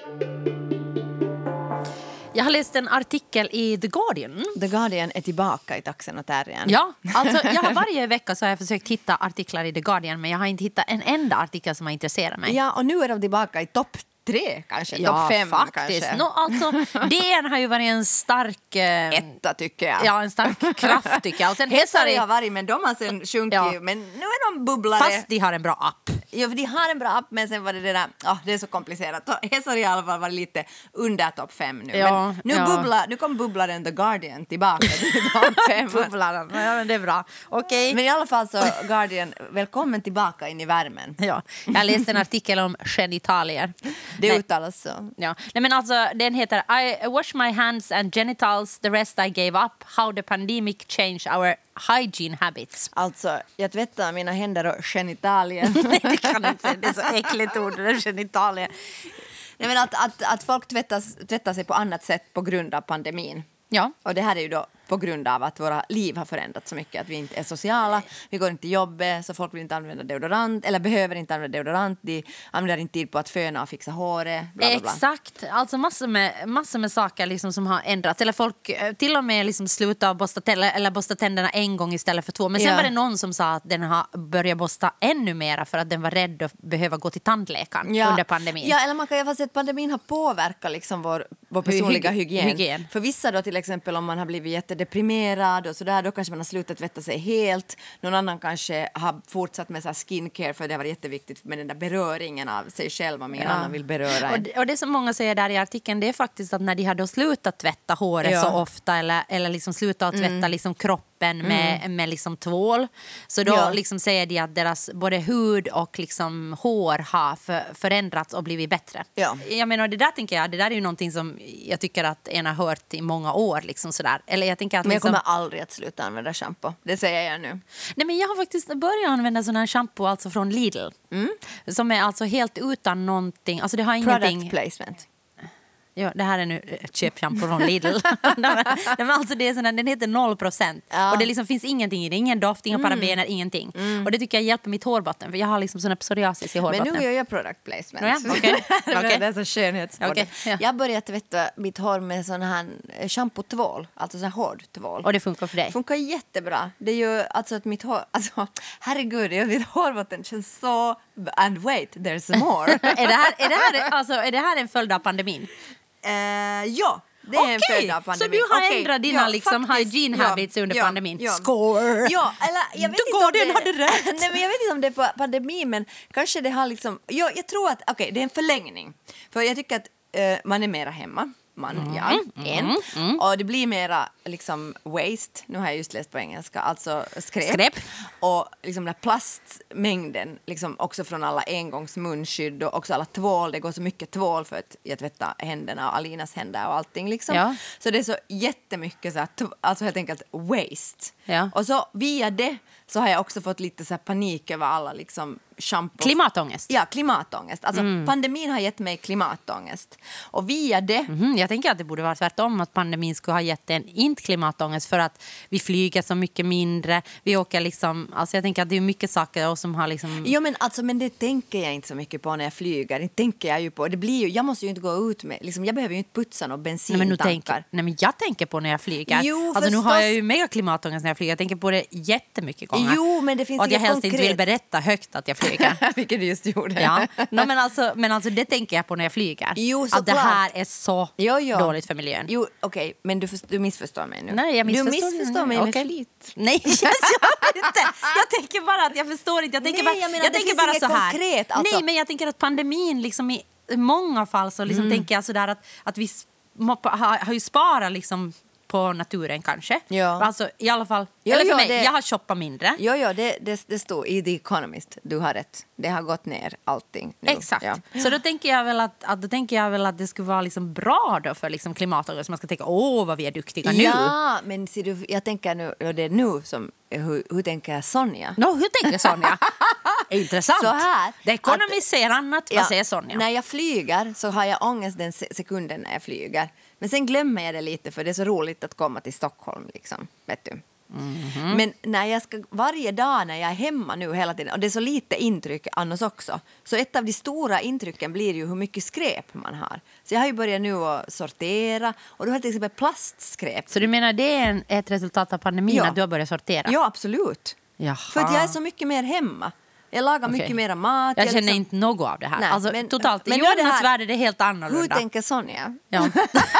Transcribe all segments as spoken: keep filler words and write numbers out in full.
Jag har läst en artikel i The Guardian. The Guardian är tillbaka i taxen och terriern. Ja, alltså jag har varje vecka så har jag försökt hitta artiklar i The Guardian, men jag har inte hittat en enda artikel som har intresserat mig. Ja, och nu är de tillbaka i topp tre kanske, Ja, topp fem faktiskt. kanske. No, alltså, D N har ju varit en stark... Eh, Etta tycker jag. Ja, en stark kraft tycker jag. Och sen Hesari Hesari- har varit, men de har sen sjunkit. Ja. Men nu är de bubblare. Fast de har en bra app. Ja, för de har en bra app, men sen var det det där, oh, det är så komplicerat. Hesari i alla fall var lite under topp fem nu. Ja, men nu, ja. bubbla, nu kom bubblaren The Guardian tillbaka till topp fem. Bubblaren. Ja, men det är bra. Okej. Men i alla fall så, Guardian, välkommen tillbaka in i värmen. Ja, jag läste en artikel om genitalier. Det Nej. uttalas så. Ja. Nej, men alltså, den heter I wash my hands and genitals, the rest I gave up, how the pandemic changed our hygiene habits. Alltså, jag tvättar mina händer och genitalier. Nej, det kan jag inte säga. Det är så äckligt ord, det är genitalier. Nej, men att, att, att folk tvättar, tvättar sig på annat sätt på grund av pandemin. Ja. Och det här är ju då på grund av att våra liv har förändrats så mycket. Att vi inte är sociala, vi går inte till jobbet, så folk vill inte använda deodorant, eller behöver inte använda deodorant. De använder inte tid på att föna och fixa håret. Bla, bla, bla. Exakt, alltså massor med, massor med saker liksom som har ändrats. Eller folk eh, till och med liksom slutar borsta, tänder, eller borsta tänderna en gång istället för två. Men sen Ja. var det någon som sa att den har börjat borsta ännu mer för att den var rädd att behöva gå till tandläkaren Ja. under pandemin. Ja, eller man kan ju fast säga att pandemin har påverkat liksom vår, vår personliga Hy- hygien. hygien. För vissa då till exempel om man har blivit jättedeprimerad och sådär, då kanske man har slutat tvätta sig helt. Någon annan kanske har fortsatt med så här skincare för det har varit jätteviktigt med den där beröringen av sig själv om ingen Ja. annan vill beröra Och en. det, och det som många säger där i artikeln, det är faktiskt att när de har då slutat tvätta håret Ja. så ofta eller, eller liksom slutat att tvätta Mm. liksom kroppen med, mm. med liksom tvål, så då Ja. liksom säger de att deras både hud och liksom hår har för, förändrats och blivit bättre. Ja. Jag menar, det där tänker jag, det där är ju någonting som jag tycker att en har hört i många år liksom sådär. Eller jag tänker att Men jag liksom, kommer aldrig att sluta använda shampoo. Det säger jag nu. nej, men jag har faktiskt börjat använda sån här shampoo alltså från Lidl. Mm. Som är alltså helt utan någonting, alltså det har ingenting. Product placement. Ja, det här är nu ett köpshampoo från Lidl. Nej, men alltså det är sån här, den heter noll procent. Ja. Och det liksom finns ingenting i det. Ingen doft, inga parabener, ingenting. Och det tycker jag hjälper mitt hårbotten. För jag har liksom sån här psoriasis i hårbotten. Men nu gör jag product placement. Ja, okej. Okej. Det är så skönhetspodd. Okej, ja. Jag började tvätta mitt hår med sån här shampoo-tvål. Alltså sån här hård tvål. Och det funkar för dig. Det funkar jättebra. Det gör alltså att mitt hår... Alltså, herregud, det gör mitt hårbotten känns så... And wait, there's more. är, det här, är, det här, alltså, är det här en följd av pandemin? uh, ja, det är en Okej, följd av pandemin. så du har Okej, ändrat dina ja, liksom faktiskt, hygiene ja, habits under ja, pandemin? ja. Score! Ja, eller jag vet The inte om Guardian det, hade rätt. Nej, men jag vet inte om det är på pandemin, men kanske det har liksom... Ja, jag tror att, okej, okay, det är en förlängning. För jag tycker att uh, man är mera hemma. Man, Mm, jag, en. Mm, mm. Och det blir mera liksom waste. Nu har jag just läst på engelska. Alltså skräp. Skräp. Och liksom den här plastmängden liksom också från alla engångsmunskydd och också alla tvål. Det går så mycket tvål för att jag tvättar händerna och Alinas händer och allting liksom. Ja. Så det är så jättemycket så här, alltså helt enkelt waste. Ja. Och så via det så har jag också fått lite så här panik över alla liksom shampoo. Klimatångest. Ja, klimatångest. Alltså Mm. pandemin har gett mig klimatångest. Och via det... Mhm, jag tänker att det borde vara tvärtom, att pandemin skulle ha gett en inte klimatångest för att vi flyger så mycket mindre. Vi åker liksom, alltså jag tänker att det är mycket saker som har liksom... Jo, men alltså, men det tänker jag inte så mycket på när jag flyger. Det tänker jag ju på. Det blir ju, jag måste ju inte gå ut med, liksom, jag behöver ju inte putsa några Nej, men, bensintankar. nu tänker, nej, men jag tänker på när jag flyger. Jo, alltså nu har förstås. jag ju mega klimatångest när jag flyger. Jag tänker på det jättemycket gånger. Jo, men det finns och att jag inget helst inte vill konkret. berätta högt att jag flyger. Vilket du just gjorde. Ja, no, men, alltså, men alltså det tänker jag på när jag flyger. Jo, att det såklart. här är så Jo, jo. dåligt för miljön. Jo, okej, okay, men du, du missförstår mig nu. Nej, jag missförstår, du missförstår mig Okej. med flit. Nej, jag gör inte. Jag tänker bara att jag förstår inte. Jag tänker Nej, bara, jag menar, jag det tänker finns bara inget så här. konkret, alltså. Nej, men jag tänker att pandemin liksom i många fall så liksom tänker jag så där att, att vi må- har, har ju sparat liksom på naturen kanske. Ja. Alltså i alla fall, Jo, eller för jo, mig, det- jag har shoppat mindre. Jo, jo, det, det, det står i The Economist. Du har rätt. Det har gått ner allting nu. Exakt. Ja. Så då tänker jag väl att, att, då tänker jag väl att det skulle vara liksom bra då för liksom klimatångest. Man ska tänka, åh vad vi är duktiga nu. Ja, men ser du, jag tänker nu, och det är nu som, hur, hur tänker Sonja? No, hur tänker Sonja? Intressant. Så här, The Economist att- säger annat, vad säger Sonja? När jag flyger så har jag ångest den se- sekunden när jag flyger. Men sen glömmer jag det lite för det är så roligt att komma till Stockholm liksom, vet du. Mm-hmm. Men när jag ska, varje dag när jag är hemma nu hela tiden, och det är så lite intryck annars också, så ett av de stora intrycken blir ju hur mycket skräp man har. Så jag har ju börjat nu att sortera, och du har till exempel plastskräp. Så du menar det är en, ett resultat av pandemin, ja. att du har börjat sortera? Ja, absolut. Jaha. För att jag är så mycket mer hemma. Jag lagar okay. mycket mer mat. Jag, jag känner liksom... inte något av det här. Nej, alltså, men, totalt. Men I Johannas här... värld är det helt annorlunda. Hur tänker Sonja? Ja.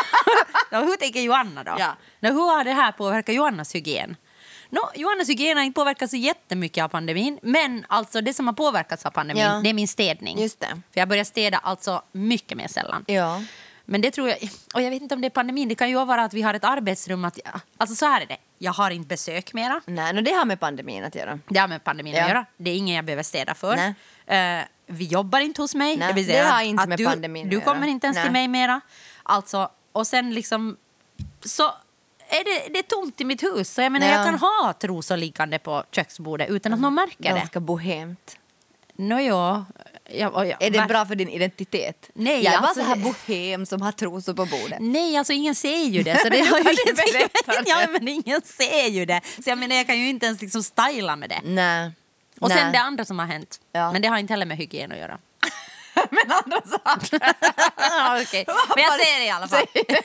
ja, hur tänker Johanna då? Ja. Nå, hur har det här påverkat Johannas hygien? No, Johannas hygien har inte påverkats så jättemycket av pandemin. Men alltså det som har påverkats av pandemin, ja. det är min städning. Just det. För jag börjar städa alltså mycket mer sällan. Ja. Men det tror jag, och jag vet inte om det är pandemin, det kan ju vara att vi har ett arbetsrum. Att, alltså så här är det, jag har inte besök mera. Nej, no, det har med pandemin att göra. Det har med pandemin ja. att göra. Det är ingen jag behöver städa för. Nej. Uh, vi jobbar inte hos mig. Nej, det, vill det säga har inte att med du, pandemin du att kommer göra. inte ens Nej. till mig mera. Alltså, och sen liksom så är det, det är tomt i mitt hus. Så jag menar, ja. jag kan ha trosor liggande på köksbordet utan att någon märker det. Ganska bohemt. Nå ja. Ja, ja, är det bra för din identitet? Nej, jag är alltså, bara så här bohem som har trosor på bordet. Nej, alltså ingen ser ju det. Så det har ju inte, ja, men ingen ser ju det. Så jag menar, jag kan ju inte ens liksom styla med det. Nej. Och Nej. sen det andra som har hänt. Ja. Men det har inte heller med hygien att göra. Men andra saker. ja, okay. Men jag säger det i alla fall.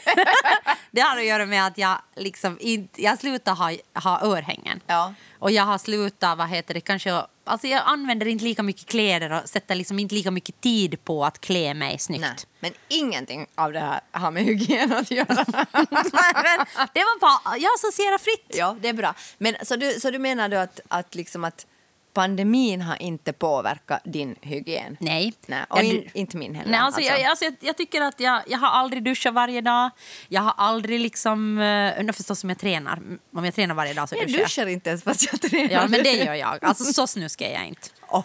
Det har att göra med att jag liksom inte, jag slutar ha, ha örhängen. Ja. Och jag har slutat, vad heter det, kanske, alltså jag använder inte lika mycket kläder och sätter liksom inte lika mycket tid på att klä mig snyggt. Nej. Men ingenting av det här har med hygien att göra. Men det var bara, jag associerar fritt. Ja, det är bra. Men så du, så du menar då att, att liksom att pandemin har inte påverkat din hygien? Nej. Nej, och jag, in, inte min heller. Nej, alltså, alltså. Jag, alltså, jag, jag tycker att jag, jag har aldrig duschat varje dag. Jag har aldrig liksom, uh, förstås om jag tränar. Om jag tränar varje dag så jag duschar jag. duschar inte ens fast jag tränar. Ja, men det gör jag. Alltså så snuskig är jag inte. Oh.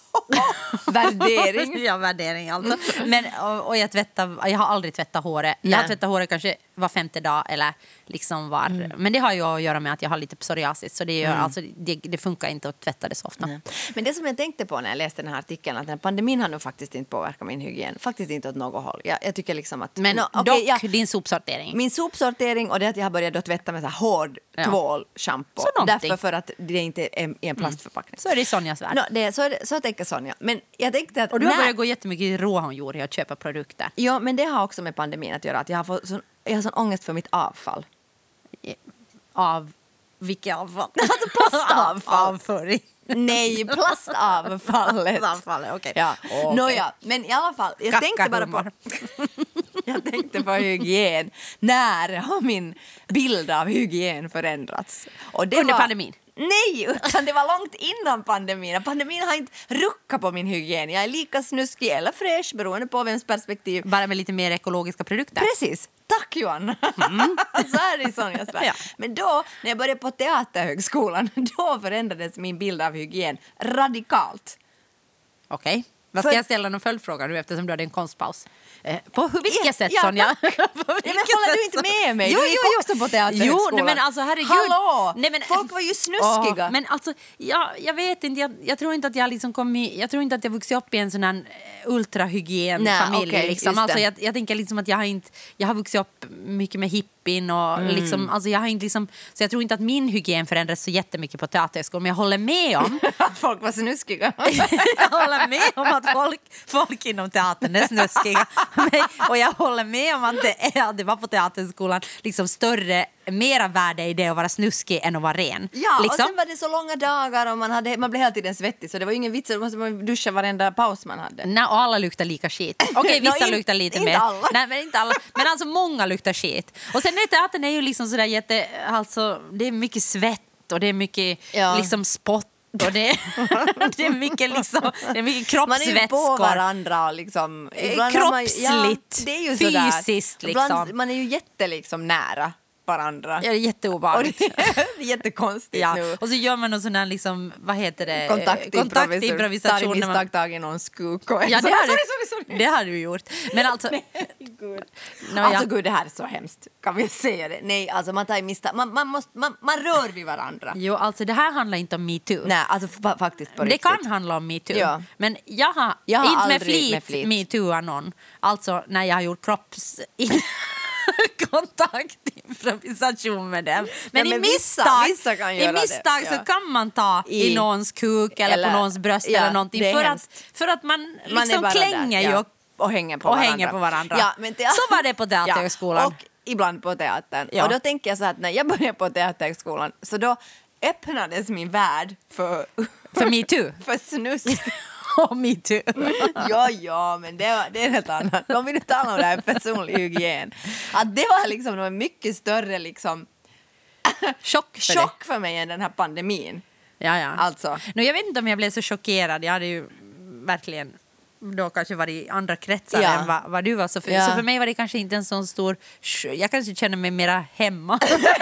Värdering. Ja, värdering alltså. Men, och, och jag, tvättar, jag har aldrig tvättat håret. Jag Nej. har tvättat håret kanske var femte dag. Eller liksom var. Mm. Men det har ju att göra med att jag har lite psoriasis. Så det, gör, mm. alltså, det, det funkar inte att tvätta det så ofta. Nej. Men det som jag tänkte på när jag läste den här artikeln, att den pandemin har nog faktiskt inte påverkat min hygien. Faktiskt inte åt något håll. Jag, jag tycker liksom att... Men no, okay, dock jag, din sopsortering. Min sopsortering och det att jag har börjat då tvätta med så här hård ja. tvål, shampoo. Så därför för att det inte är i en plastförpackning. Mm. Så är det i Sonjas värld. No, det, så, är det, så tänker Sonja. Men jag tänkte att... Och du har när, börjat gå jättemycket i råhångjord och köpa produkter. Ja, men det har också med pandemin att göra. Att jag har fått sån, jag har sån ångest för mitt avfall. Av vilket avfall? Alltså plastavfall. Avföring. Nej, plastavfallet. Plastavfallet, okej. Okay. Ja. Okay. Nåja, men i alla fall, jag tänkte bara på... jag tänkte på hygien. När har min bild av hygien förändrats? Och det Under var... pandemin? Nej, utan det var långt innan pandemin. Pandemin har inte ruckat på min hygien. Jag är lika snuskig eller fräsch beroende på vems perspektiv. Bara med lite mer ekologiska produkter. Precis. Tack Johan. Mm. Så är det i Sonjas värld. Ja. Men då, när jag började på Teaterhögskolan, då förändrades min bild av hygien radikalt. Okej. Okay. Vad ska För... jag ställa någon följdfråga nu eftersom du hade en konstpaus? Eh, på vilket ja, sätt, ja, Sonja? Ja, men håller du inte med mig? Jo, du gick jo, jo. också på Teaterhögskolan. Jo, nej, men alltså herregud. Hallå! Nej, men, folk var ju snuskiga. Åh, men alltså, jag, jag vet inte. Jag, jag tror inte att jag liksom kom i, jag tror inte att jag vuxit upp i en sån här ultrahygien-familj. Okay, liksom. Alltså, jag, jag tänker liksom att jag har inte, jag har vuxit upp mycket med hippin och mm. liksom, alltså jag har inte liksom, så jag tror inte att min hygien förändras så jättemycket på Teaterhögskolan. Men jag håller med om att folk var snuskiga. Jag håller med om att folk, folk inom teatern är snuskiga. Och jag håller med om att det, är, att det var på Teaterskolan liksom större, mera värde i det att vara snuskig än att vara ren. Ja, liksom. och sen var det så långa dagar och man, hade, man blev hela tiden svettig så det var ju ingen vits att man måste duscha varenda paus man hade. Nej, och alla luktar lika skit. Okej, okay, vissa no, luktar lite inte mer. Alla. Nej, men inte alla. Men alltså många luktar skit. Och sen är teatern är ju liksom sådär jätte, alltså det är mycket svett och det är mycket ja. liksom spott. Och det, det är mycket liksom, det är mycket kroppsvätskor. Man är ju på varandra liksom. Kroppsligt, man, ja, det är ju fysiskt sådär. liksom. Ibland, man är ju jätte liksom nära varandra. Ja, det är jätteobehagligt. Det är jättekonstigt ja. nu. Och så gör man någon sån här liksom, vad heter det? Kontaktimprovisation. Tar i misstag tag i någon skuk. Och ja, det har, sorry, sorry, sorry. det har du gjort. Men alltså... Nej, gud. No, alltså ja. gud, det här är så hemskt. Kan vi säga det? Nej, alltså man tar i misstag. Man, man, måste, man, man rör vid varandra. Jo, alltså det här handlar inte om MeToo. Nej, alltså f- faktiskt på det riktigt. kan handla om MeToo. Ja. Men jag har, jag har inte med flit, med flit MeToo någon. Alltså när jag har gjort kropps... kontakt improvisation med dem. Men, Nej, men i vissa- misstag, vissa kan i göra det, misstag så ja. kan man ta i, I- någons kuk eller, eller- på någons bröst ja, eller det någonting. är För hemskt. att, för att man Man är liksom bara klänger där, ju ja. och, och hänger på och varandra. hänger på varandra. Ja, men te- Så var det på Teaterhögskolan. Ja, och ibland på teatern. Ja. Och då tänker jag så här att när jag började på Teaterhögskolan så då öppnades min värld för, För me too. för snus. Och me too. ja, ja, men det, var, det är helt annat. Om vi nu talar om det här personlig hygien. Att det var liksom en mycket större liksom, Chock för chock för mig än den här pandemin. det. Ja, ja. Alltså. Nu, jag vet inte om jag blev så chockerad. Jag hade ju verkligen då kanske varit i andra kretsar Ja. än vad, vad du var. Så för, Ja. så för mig var det kanske inte en sån stor... Jag kanske känner mig mera hemma.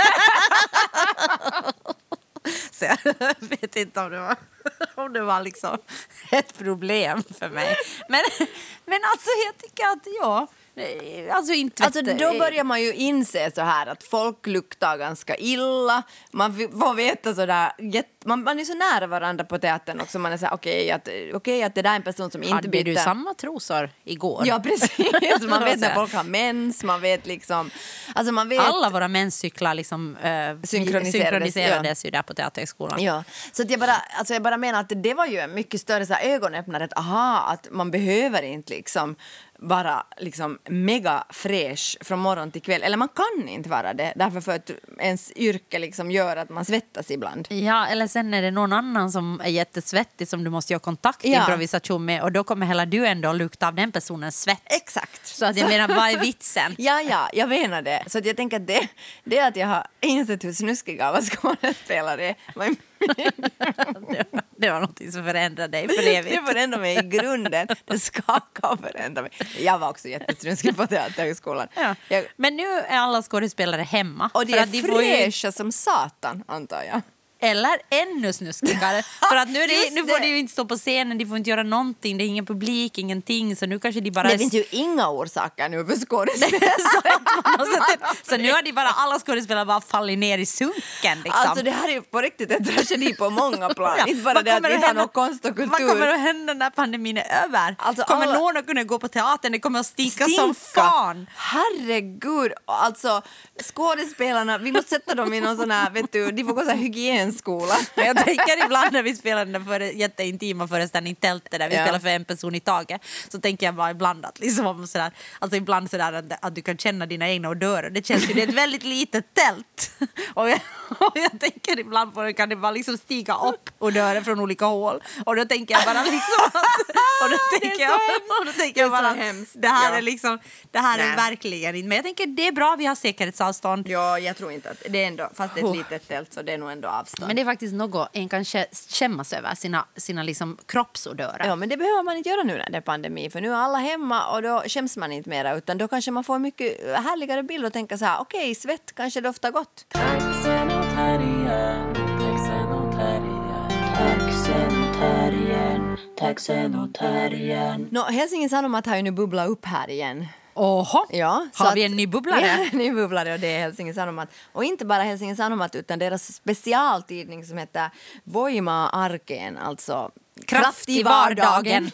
Så jag vet inte om det var, om det var liksom ett problem för mig. Men, men alltså jag tycker att ja... Alltså inte Alltså då börjar man ju inse så här att folk luktar ganska illa. Man f- får veta sådär, jätt- man, man är så nära varandra på teatern också. Man är så här, okej att, okej att det där är en person som inte hade du byter. samma trosor igår? Ja, precis. Man vet när folk har mens, man vet liksom... Alltså man vet... Alla våra menscyklar liksom, eh, Synkroniserades, synkroniserades ju där på Teaterhögskolan. Ja, så att jag, bara, alltså jag bara menar att det var ju en mycket större så här, ögonöppnare. Att, aha, att man behöver inte liksom vara liksom mega fräsch från morgon till kväll. Eller man kan inte vara det. Därför för att ens yrke liksom gör att man svettas ibland. Ja, eller sen är det någon annan som är jättesvettig som du måste göra kontakt Ja. improvisation med och då kommer hela du ändå lukta av den personens svett. Exakt. Så att jag menar, vad är vitsen? Ja, ja, jag menar det. Så att jag tänker att det, det är att jag har insett hur snuskiga av skådespelare är. det, det var något som förändrade dig för evigt. Det förändrar mig i grunden. Det skakar och förändrar mig. Jag var också jättesnuskig på Teaterhögskolan. Ja. Jag, Men nu är alla skådespelare hemma. och de för är att de får ju, fräscha som satan, antar jag. eller ännu snuskigare. För att nu, är det, Just nu får det. de ju inte stå på scenen, de får inte göra någonting, det är ingen publik, ingenting. Så nu kanske de bara... Det finns ju inga orsaker nu för skådespelare. Så nu har de bara, alla skådespelare bara fallit ner i sunken. Liksom. Alltså det här är ju på riktigt en tragedi på många plan. Ja. Inte bara Vad det att kommer vi att inte har hända- någon konst och Vad kommer kultur. att hända när pandemin är över? Alltså, kommer alla- någon att kunna gå på teatern? Det kommer att stinka, som Stinka. fan. Herregud, alltså skådespelarna, vi måste sätta dem i någon sån här, vet du, de får gå så här hygienskola. Men jag tänker ibland när vi spelar den där före, jätteintima föreställningen Tältet där vi Ja. spelar för en person i taget, så tänker jag bara ibland att liksom om sådär, alltså ibland sådär att, att du kan känna dina egna odörer. Det känns ju, det är ett väldigt litet tält. Och jag, och jag tänker ibland på det, kan det bara liksom stiga upp odörer från olika håll. Och då tänker jag bara liksom att, och då tänker jag, och då tänker jag Det är så bara hemskt. det här Ja. är liksom, det här är Nej. verkligen inte, men jag tänker det är bra, vi har säkerhetsavstånd. Ja, jag tror inte att det är ändå, fast det är ett litet tält så det är nog ändå avstånd. Men det är faktiskt något en kan kä- skämmas över, sina, sina liksom kroppsodörer. Ja, men det behöver man inte göra nu när det är pandemi, för nu är alla hemma och då skäms man inte mera, utan då kanske man får en mycket härligare bild och tänka så här, okej, svett kanske doftar gott. Taxen åt här igen, taxen åt här igen, taxen åt här igen, taxen åt här igen. Nå, Helsingin Sanomat har ju nu bubblat upp här igen. Oho, Ja, så har vi att- en ny bubblare? Ja, en ny bubblare och det är Helsingin Sanomat. Och inte bara Helsingin Sanomat utan deras specialtidning som heter Voima Arkeen, alltså Kraft i vardagen.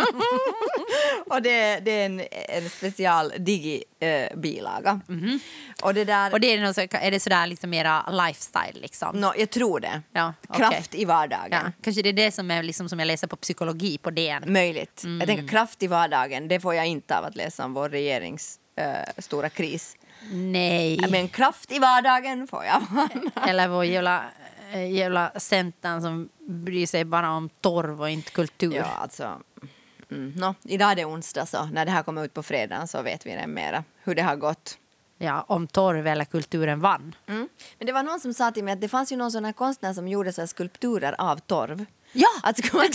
och det, det är en, en special digi-bilaga. Mhm. Och det där... Och det är, något, så- är det sådär liksom mera lifestyle liksom? Nå, jag tror det. Ja, okej. Kraft i vardagen. Ja, kanske det är det som är liksom som jag läser på psykologi på D N. Möjligt. Mm. Jag tänker kraft i vardagen, det får jag inte av att läsa om vår regerings eh, stora kris. Nej. Men kraft i vardagen får jag. Eller vår jävla, eh, jävla Centern som bryr sig bara om torv och inte kultur. Ja, alltså... Mm, no, idag är det onsdag, så när det här kommer ut på fredagen så vet vi det mera hur det har gått. Ja, om torv eller kulturen vann. Mm. Men det var någon som sa till mig att det fanns ju någon sån här konstnär som gjorde så här skulpturer av torv. Ja, Att ska man, det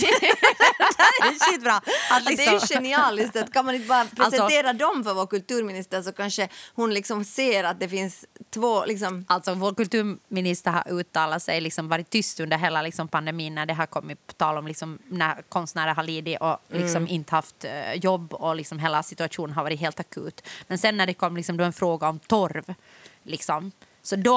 är skitbra. Att att det är ju liksom, genialiskt. Att kan man inte bara Alltså- presentera dem för vår kulturminister så kanske hon liksom ser att det finns två... Liksom, alltså vår kulturminister har uttalat sig, liksom varit tyst under hela liksom pandemin när det har kommit på tal om liksom när konstnärer har lidit och liksom Mm. inte haft eh, jobb och liksom hela situationen har varit helt akut. Men sen när det kom liksom då en fråga om torv, liksom, så då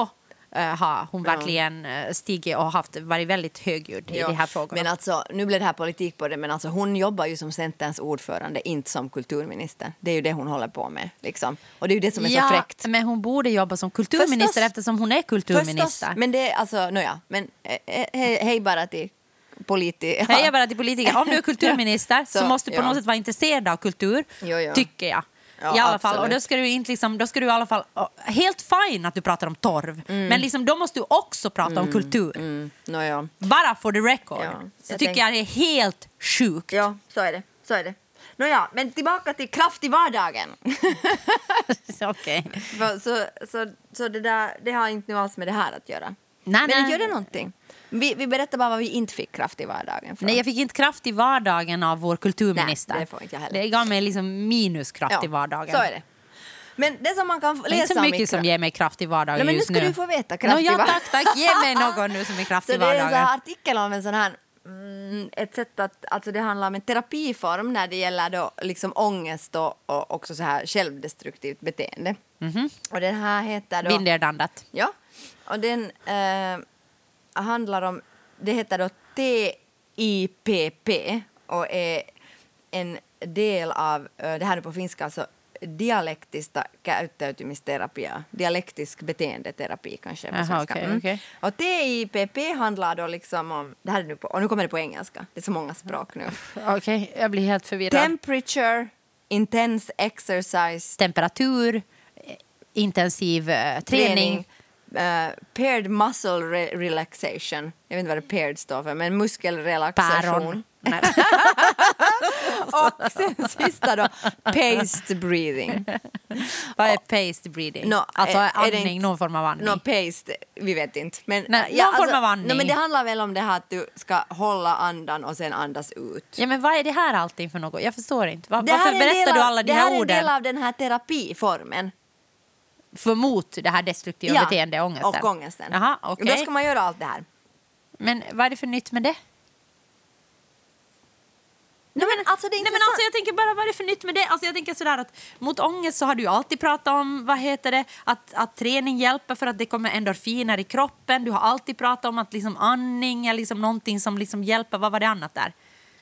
uh, har hon ja. verkligen uh, stigit och haft, varit väldigt högljudd ja. i de här frågorna. Men alltså, nu blir det här politik på det, men alltså hon jobbar ju som Centerns ordförande, inte som kulturminister. Det är ju det hon håller på med, liksom. Och det är ju det som är ja, så fräckt. Men hon borde jobba som kulturminister Förstås. eftersom hon är kulturminister. Förstås. Men det är alltså, nåja, men hej he, he, bara till Politi- Hej bara till politiker. Om du är kulturminister så, så måste du på ja. något sätt vara intresserad av kultur, jo, jo. tycker jag. Ja, I alla absolut. fall. Och då ska du inte liksom, då ska du i alla fall helt fine att du pratar om torv. Mm. Men liksom, då måste du också prata mm. om kultur. Mm. No, ja. Bara for the record. Ja, så jag tycker tänk... jag det är helt sjukt. Ja, så är det. Så är det. Nå ja, men tillbaka till kraft i vardagen. Okej. Okay. Så, så, så det där, det har inte nu alls med det här att göra. Nej, men nej. Gör det någonting? Vi, vi berättar bara vad vi inte fick kraft i vardagen för. Nej, jag fick inte kraft i vardagen av vår kulturminister. Nej, det får inte jag heller. Det gav mig liksom minuskraft ja, i vardagen. Så är det. Men det som man kan läsa om... Det är inte så mycket som ger mig kraft i vardagen Nej, just nu. Men nu ska du få veta kraft no, ja, i vardagen. Tack, tack. Ge mig någon nu som är kraft så i vardagen. Det är en sån artikel om en sån här... Mm, ett sätt att... Alltså det handlar om en terapiform när det gäller då liksom ångest och, och också så här självdestruktivt beteende. Mm-hmm. Och den här heter då... Vinderdandat. Ja. Och den eh, handlar om... Det heter då T I P P och är en del av, det här är på finska, alltså dialektista käyttäytymisterapia, dialektisk beteendeterapi kanske på Aha, svenska. okay, mm. okay. Och T I P P handlar då liksom om, det här är nu på, och nu kommer det på engelska, det är så många språk nu. Okej, okay, jag blir helt förvirrad. Temperature, intense exercise. Temperatur, intensiv uh, träning. träning. Uh, paired muscle re- relaxation. Jag vet inte vad det paired står för, men muskelrelaxation. Och sen sista då, paced breathing. Vad är paced breathing? No, alltså är, andning, är inte, någon form av andning. No, paced, vi vet inte. Men, Nej, ja, någon alltså, form av andning. No, men det handlar väl om det här att du ska hålla andan och sen andas ut. Ja, men vad är det här allting för något? Jag förstår inte. Var, det varför berättar av, du alla de här orden? Det här är en del av den här terapiformen. För mot det här destruktiva ja, beteende och ångesten? och ångesten. Jaha, okay. Då ska man göra allt det här. Men vad är det för nytt med det? Nej, men, alltså, det är nej, men alltså, jag tänker bara, vad är det för nytt med det? Alltså, jag tänker sådär att mot ångest så har du ju alltid pratat om, vad heter det, att, att träning hjälper för att det kommer endorfiner i kroppen. Du har alltid pratat om att liksom andning är liksom någonting som liksom hjälper. Vad var det annat där?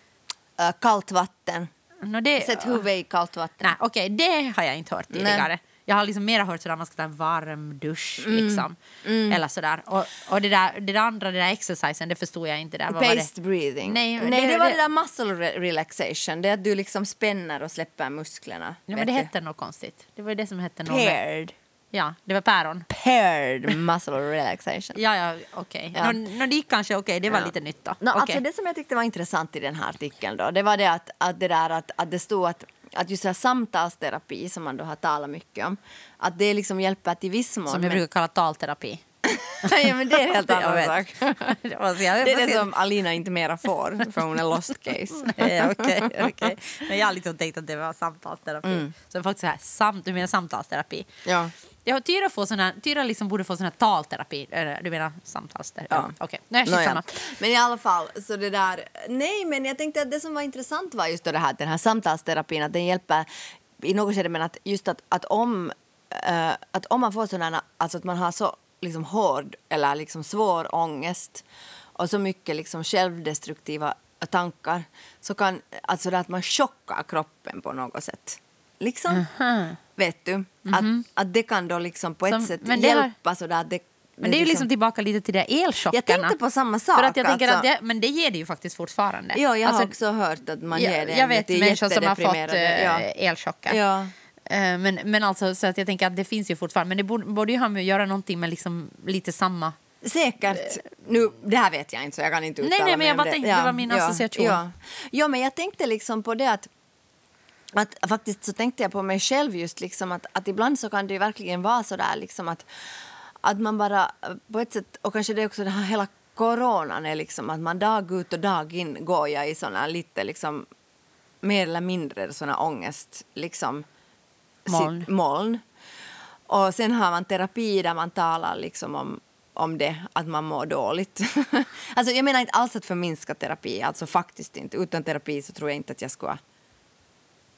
Uh, kallt vatten. No, det, Sätt huvudet i kallt vatten. Nej, okej, okay, det har jag inte hört tidigare. Nej. Jag har liksom mer hört sådär, man ska ta en varm dusch mm. liksom. Mm. Eller sådär. Och, och det, där, det där andra, det där exercisen, det förstod jag inte. Där. Paced breathing. Nej, Nej det, det var det, det där muscle relaxation. Det är att du liksom spänner och släpper musklerna. Ja, men det hette något konstigt. Det var ju det som hette något. Paired. Ja, det var päron. Paired muscle relaxation. ja, ja, okej. Okay. Ja. No, no, det kanske okej, okay, det var ja. lite nytt då. No, okay. Alltså det som jag tyckte var intressant i den här artikeln då, det var det att, att det där att, att det stod att att just det här samtalsterapi som man då har talat mycket om, att det liksom hjälper till viss mån. Som jag brukar kalla talterapi. ja, men det är en helt annan sak. det är det som Alina inte mera får, för hon är lost case. ja, okej, okay, okay. Men jag har liksom tänkt att det var samtalsterapi. Mm. Så faktiskt så här, sam, du menar samtalsterapi? Ja. Jag Tyra får såna, Tyra liksom borde få sån här talterapi. Du menar samtalsterapi? Ja. Okej, okay. Nej, no, ja. Men i alla fall, så det där... Nej, men jag tänkte att det som var intressant var just det här, den här samtalsterapin, att den hjälper i något skede, men att just att, att om uh, att om man får sådana, alltså att man har så liksom hård eller liksom svår ångest och så mycket liksom självdestruktiva tankar, så kan alltså det att man chockar kroppen på något sätt. Liksom, uh-huh. vet du, mm-hmm. att, att det kan då liksom på ett Som, sätt hjälpa har... sådär att det. Men det är ju liksom tillbaka lite till det elchockarna. Jag tänkte på samma sak. För att jag tänker alltså. att det, men det ger det ju faktiskt fortfarande. Ja, jag alltså, har också hört att man jag, ger det. Jag vet människor som har fått uh, ja. elchockar. Ja. Uh, men, men alltså, så att jag tänker att det finns ju fortfarande. Men det borde, borde ju ha med att göra någonting med liksom lite samma... Säkert. Nu, det här vet jag inte, så jag kan inte uttala Nej, nej, men jag bara det. tänkte, ja. det var min ja. association. Ja. ja, men jag tänkte liksom på det att Att, faktiskt så tänkte jag på mig själv just liksom att, att ibland så kan det ju verkligen vara så där liksom att, att man bara på ett sätt, och kanske det är också det här hela coronan är liksom att man dag ut och dag in går jag i såna lite liksom mer eller mindre såna ångest liksom moln. Sitt, moln. Och sen har man terapi där man talar liksom om om det, att man mår dåligt. Alltså jag menar inte alls att förminska terapi, alltså faktiskt inte. Utan terapi så tror jag inte att jag skulle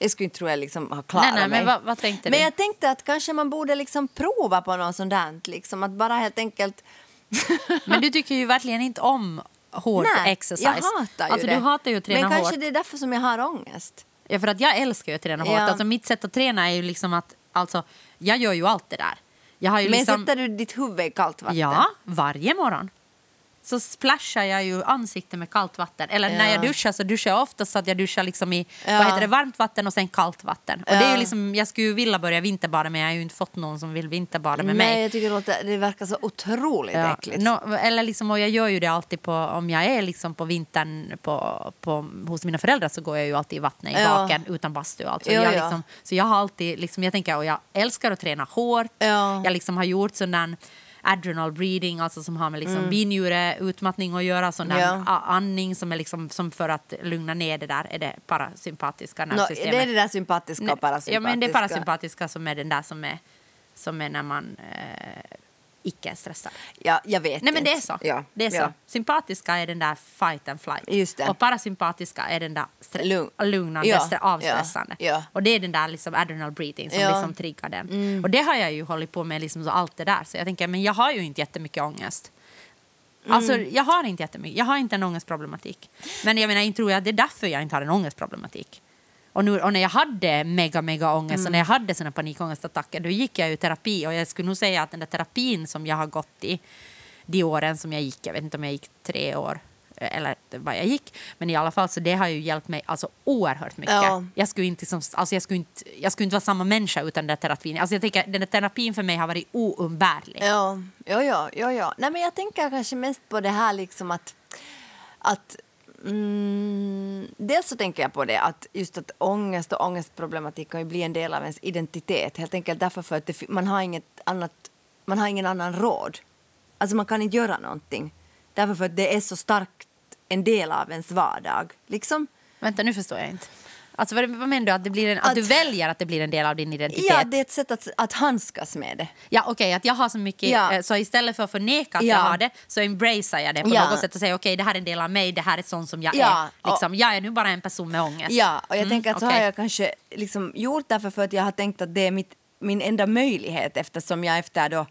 Jag skulle inte tro jag liksom har klarat nej, nej, mig. Men vad, vad tänkte men du? jag tänkte att kanske man borde liksom prova på något sånt där. Liksom, att bara helt enkelt... Men du tycker ju verkligen inte om hård Nej, exercise. jag hatar ju alltså, det. Du hatar ju att träna men hårt. kanske det är därför som jag har ångest. Ja, för att jag älskar ju att träna Ja. hårt. Alltså, mitt sätt att träna är ju liksom att... Alltså, jag gör ju allt det där. Jag har ju Men liksom, sätter du ditt huvud i kallt vatten? Ja, varje morgon. Så splashar jag ju ansiktet med kallt vatten. Eller Ja. när jag duschar så duschar jag ofta så att jag duschar liksom i Ja. vad heter det, varmt vatten och sen kallt vatten. Och Ja. det är ju liksom, jag skulle ju vilja börja vinterbada men jag har ju inte fått någon som vill vinterbada med Nej, mig. jag tycker det, låter, det verkar så otroligt Ja. äckligt. No, eller liksom, och jag gör ju det alltid på, om jag är liksom på vintern på, på, hos mina föräldrar så går jag ju alltid i vattnet i Ja. baken utan bastu. Alltså. Ja, jag ja. liksom, så jag har alltid, liksom, jag tänker, och jag älskar att träna hårt. Ja. Jag liksom har gjort sån där adrenal breathing, alltså som har med liksom binjure utmattning att göra, sån där Ja. a- andning som är liksom som för att lugna ner det där är det parasympatiska No, nervsystemet. det är det där sympatiska Nej, och parasympatiska. Ja, men det är parasympatiska som är den där som är, som är när man eh, icke är stressad. Ja, jag vet Nej, men det är inte. så. Ja. Det är så. Ja. Sympatiska är den där fight and flight. Just det. Och parasympatiska är den där stre- Lugn. lugnande, Ja, stre- avstressande. ja, ja. Och det är den där liksom adrenal breathing som Ja. liksom triggar den. Och det har jag ju hållit på med liksom så allt det där. Så jag tänker, men jag har ju inte jättemycket ångest. Alltså, jag har inte jättemycket. Jag har inte en ångestproblematik. Men jag menar, inte tror jag det är därför jag inte har en ångestproblematik. Och, nu, och när jag hade mega, mega ångest Mm. och när jag hade såna panikångestattacker, då gick jag ju i terapi. Och jag skulle nog säga att den där terapin som jag har gått i de åren som jag gick, jag vet inte om jag gick tre år eller vad jag gick, men i alla fall så det har ju hjälpt mig alltså oerhört mycket. Ja. Jag skulle inte som, alltså jag skulle inte jag skulle inte vara samma människa utan den där terapin. Alltså jag tänker den där terapin för mig har varit oumbärlig. Ja, ja, ja, ja, ja. Nej, men jag tänker kanske mest på det här liksom att, att mm, dels så tänker jag på det att just att ångest och ångestproblematik kan ju bli en del av ens identitet. Helt enkelt därför för att det, man har inget annat, man har ingen annan råd. Alltså man kan inte göra någonting. Därför för att det är så starkt en del av ens vardag. Liksom. Vänta, nu förstår jag inte. Alltså vad, vad menar du? Att, det blir en, att, Att- du väljer att det blir en del av din identitet? Ja, det är ett sätt att, att handskas med det. Ja, okej, att jag har så mycket, Ja. eh, så istället för att förneka att Ja. jag har det, så embracear jag det på Ja. något sätt och säger okej, det här är en del av mig, det här är sån som jag Ja, är. Liksom, jag är nu bara en person med ångest. Ja, och jag Mm, tänker att så okej. har jag kanske liksom gjort därför för att jag har tänkt att det är mitt, min enda möjlighet eftersom jag efter då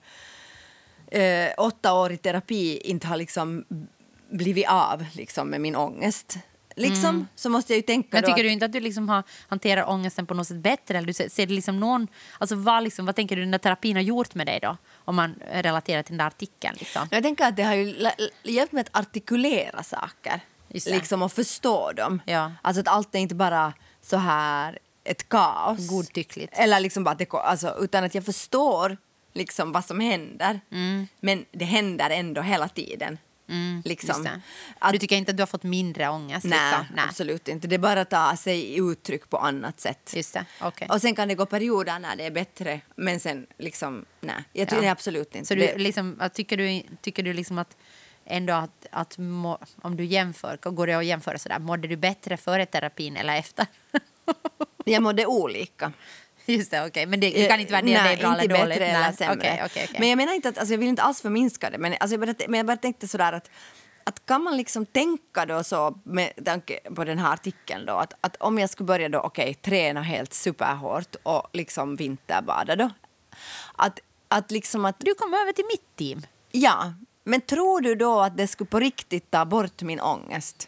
eh, åtta år i terapi inte har liksom blivit av liksom, med min ångest. Liksom, så måste jag ju tänka Men då tycker att, du inte att du liksom har, hanterar ångesten på något sätt bättre? Eller du ser, ser det liksom någon, alltså vad, liksom, vad tänker du den där terapin har gjort med dig då? Om man relaterar till den där artikeln. Liksom. jag tänker att det har ju lä- hjälpt mig att artikulera saker. Just det. Liksom och förstå dem. Ja. Alltså att allt är inte bara så här ett kaos. Godtyckligt. Eller liksom bara att det, alltså, utan att jag förstår liksom vad som händer. Mm. Men det händer ändå hela tiden. Mm, liksom. just det. Att, Du tycker inte att du har fått mindre ångest? nej, liksom? Nej, absolut inte. Det är bara att ta sig uttryck på annat sätt. just det. Okej. Och sen kan det gå perioder när det är bättre. Men sen liksom, nej. Jag tycker Ja. absolut inte. Så du, det, liksom, tycker du, tycker du liksom att ändå att, att må, om du jämför, går det att jämföra sådär, mådde du bättre före terapin eller efter? jag mådde olika. Just det, okej. Men det, det kan inte vara det, Nej, det är bra inte eller dåligt. bättre eller Nej. sämre. Okej, okej, okej. Men jag menar inte att, alltså jag vill inte alls förminska det. Men, alltså jag, bara, men jag bara tänkte sådär att, att kan man liksom tänka då så med tanke på den här artikeln då att, att om jag skulle börja då, okej, träna helt superhårt och liksom vinterbada då. Att, att liksom att, Du kom över till mitt team. ja, men tror du då att det skulle på riktigt ta bort min ångest?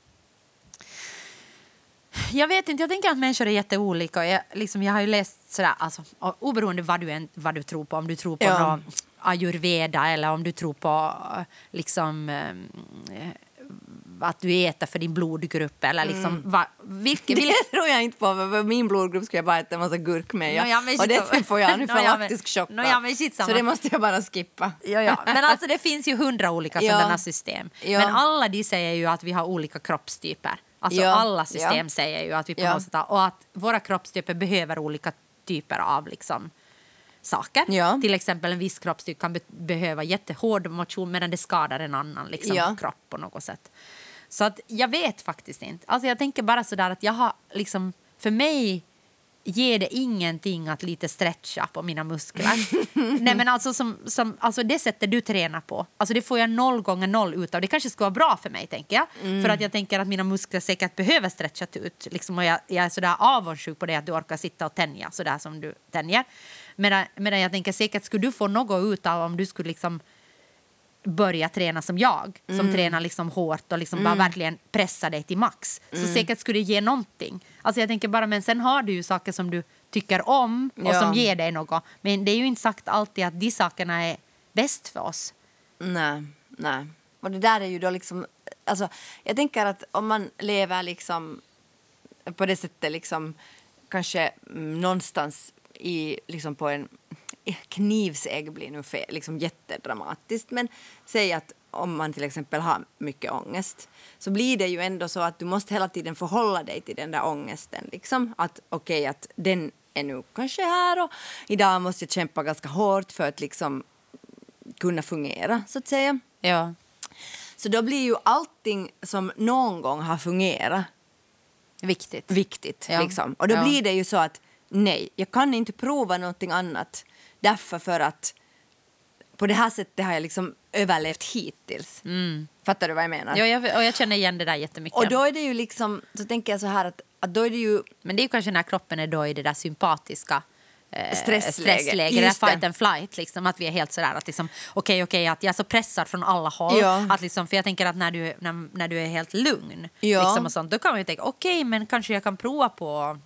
Jag vet inte, jag tänker att människor är jätteolika. Jag, liksom, jag har ju läst sådär, alltså, oberoende vad du, än, vad du tror på, om du tror på Ja. någon ayurveda eller om du tror på liksom eh, att du äter för din blodgrupp eller liksom Mm. va, vilken, Det vilken, tror jag inte på. För min blodgrupp ska jag bara äta en massa gurk med. Ja. Nå, ja, men och shit, det får jag Nå, ja, anafylaktisk men- chock Nå, av. ja, men shit, samma. Så det måste jag bara skippa. ja, ja. Men alltså det finns ju hundra olika Ja. sådana system. Ja. Men alla de säger ju att vi har olika kroppstyper. Alltså Ja. alla system Ja. säger ju att vi på Ja. något sätt har, och att våra kroppstyper behöver olika typer av liksom saker. Ja. Till exempel en viss kroppstyp kan be- behöva jättehård motion medan det skadar en annan liksom, Ja. kropp på något sätt. Så att jag vet faktiskt inte. Alltså jag tänker bara sådär att jag har liksom, för mig, ger det ingenting att lite stretcha på mina muskler. Nej, men alltså, som, som, alltså det sättet du tränar på, alltså det får jag noll gånger noll ut av. Det kanske ska vara bra för mig, tänker jag. Mm. För att jag tänker att mina muskler säkert behöver stretcha ut. Liksom, och jag, jag är sådär avundsjuk på det att du orkar sitta och tänja sådär som du tänjer. Medan, medan jag tänker säkert skulle du få något ut av om du skulle liksom börja träna som jag, som mm. tränar liksom hårt och liksom mm. bara verkligen pressa dig till max. Så mm. säkert skulle det ge någonting. Alltså jag tänker bara, men sen har du ju saker som du tycker om och ja. som ger dig något. Men det är ju inte sagt alltid att de sakerna är bäst för oss. Nej, nej. Och det där är ju då liksom, alltså jag tänker att om man lever liksom på det sättet liksom kanske någonstans i liksom på en knivsägg blir nu fel, liksom jättedramatiskt, men säg att om man till exempel har mycket ångest så blir det ju ändå så att du måste hela tiden förhålla dig till den där ångesten liksom, att okej, okay, att den är nu kanske här och idag måste jag kämpa ganska hårt för att liksom kunna fungera, så att säga. Ja. Så då blir ju allting som någon gång har fungerat viktigt, viktigt ja. liksom. Och då ja. blir det ju så att nej, jag kan inte prova någonting annat. Därför för att på det här sättet har jag liksom överlevt hittills. Mm. Fattar du vad jag menar? Ja, jag, och jag känner igen det där jättemycket. Och då är det ju liksom, så tänker jag så här att, att då är det ju... Men det är ju kanske när kroppen är då i det där sympatiska eh, stressläge. stressläge där fight and flight, liksom, att vi är helt sådär att liksom, okej, okay, okej, okay, att jag är så pressad från alla håll. Ja. Att liksom, för jag tänker att när du, när, när du är helt lugn, ja. liksom, och sånt, då kan man ju tänka, okej, okay, men kanske jag kan prova på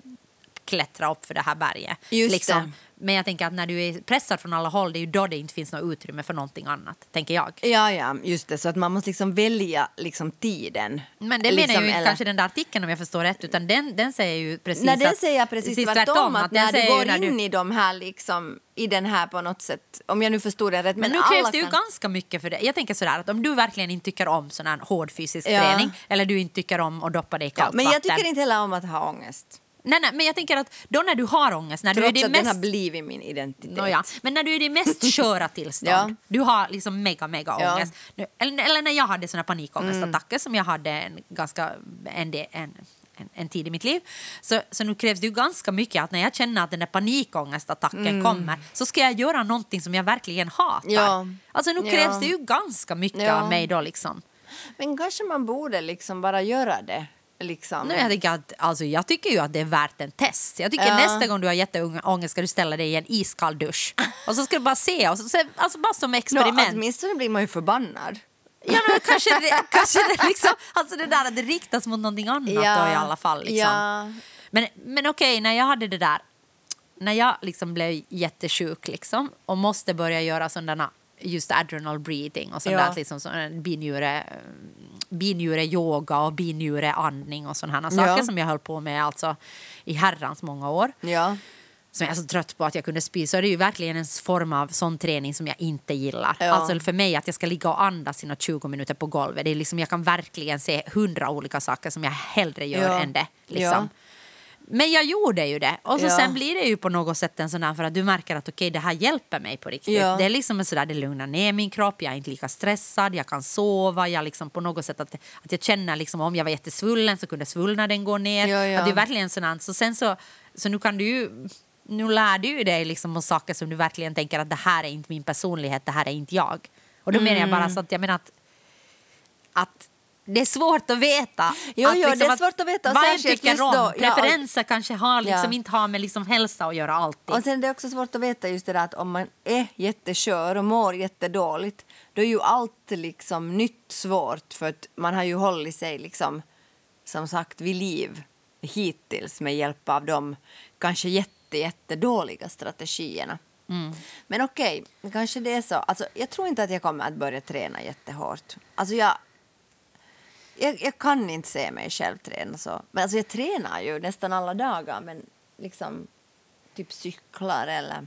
klättra upp för det här berget. Just liksom. det. Men jag tänker att när du är pressad från alla håll, det är ju då det inte finns något utrymme för någonting annat, tänker jag. Ja, ja, just det. Så att man måste liksom välja liksom tiden. Men det liksom, menar ju inte eller... kanske den där artikeln, om jag förstår rätt, utan den, den säger ju precis Nej, den att, säger precis tvärtom, tvärtom att, att när du går in du... i de här liksom, i den här på något sätt, om jag nu förstår det rätt. Men, men nu krävs det ju kan... ganska mycket för det. Jag tänker sådär att om du verkligen inte tycker om sån här hård fysisk ja. träning, eller du inte tycker om att doppa dig i kallt ja, men jag vatten. tycker inte heller om att ha ångest. Nej, nej, men jag tänker att då när du har ångest, när trots du är det att mest... den har blivit min identitet. No, ja. Men när du är det mest köra tillstånd, ja. du har liksom mega, mega ja. ångest. Nu, eller, eller när jag hade såna panikångestattacker mm. som jag hade en, ganska, en, en, en, en tid i mitt liv. Så, så nu krävs det ju ganska mycket att när jag känner att den där panikångestattacken mm. kommer, så ska jag göra någonting som jag verkligen hatar. Ja. Alltså nu krävs ja. det ju ganska mycket ja. av mig då liksom. Men kanske man borde liksom bara göra det. Liksom. Nej, jag, tycker att, alltså, jag tycker ju att det är värt en test. Jag tycker ja. nästa gång du har jätteångest ska du ställa dig i en iskall dusch. Och så ska du bara se, och så, alltså bara som experiment. No, åtminstone blir man ju förbannad. Ja, men kanske det, kanske det liksom, alltså det där att det riktas mot någonting annat ja. då i alla fall. Liksom. Ja. Men, men okej, när jag hade det där, när jag liksom blev jättesjuk liksom, och måste börja göra sådana just adrenal breathing och sånt ja. där, liksom sån binjure, binjure yoga och binjure andning och sådana saker ja. som jag höll på med alltså i herrans många år. Ja. Som jag är så trött på att jag kunde spy. Så är det ju verkligen en form av sån träning som jag inte gillar. Ja. Alltså för mig att jag ska ligga och andas i något tjugo minuter på golvet. Det är liksom, jag kan verkligen se hundra olika saker som jag hellre gör ja. än det. Liksom. Ja. Men jag gjorde ju det. Och så ja. sen blir det ju på något sätt en sån här, för att du märker att okej, okay, det här hjälper mig på riktigt. Ja. Det är liksom en sådär, det lugnar ner min kropp. Jag är inte lika stressad, jag kan sova. Jag liksom på något sätt att, att jag känner liksom, om jag var jättesvullen så kunde svullnaden gå ner. Ja, ja. Att det är verkligen sån här. Så sen så, så nu kan du ju, nu lär du ju dig liksom om saker som du verkligen tänker att det här är inte min personlighet, det här är inte jag. Och då mm. menar jag bara så att jag menar att, att det är svårt att veta. Jo, att jo, liksom det är svårt att veta. Vad jag tycker om. Då, preferenser ja, kanske har, liksom ja. inte har med liksom hälsa att göra alltid. Och sen det är också svårt att veta just det där att om man är jättekör och mår jättedåligt, då är ju allt liksom nytt svårt, för att man har ju hållit sig liksom, som sagt, vid liv hittills med hjälp av de kanske jätte, jättedåliga strategierna. Mm. Men okej, kanske det är så. Alltså, jag tror inte att jag kommer att börja träna jättehårt. Alltså jag Jag, jag kan inte se mig själv träna så. Men alltså jag tränar ju nästan alla dagar. Men liksom typ cyklar eller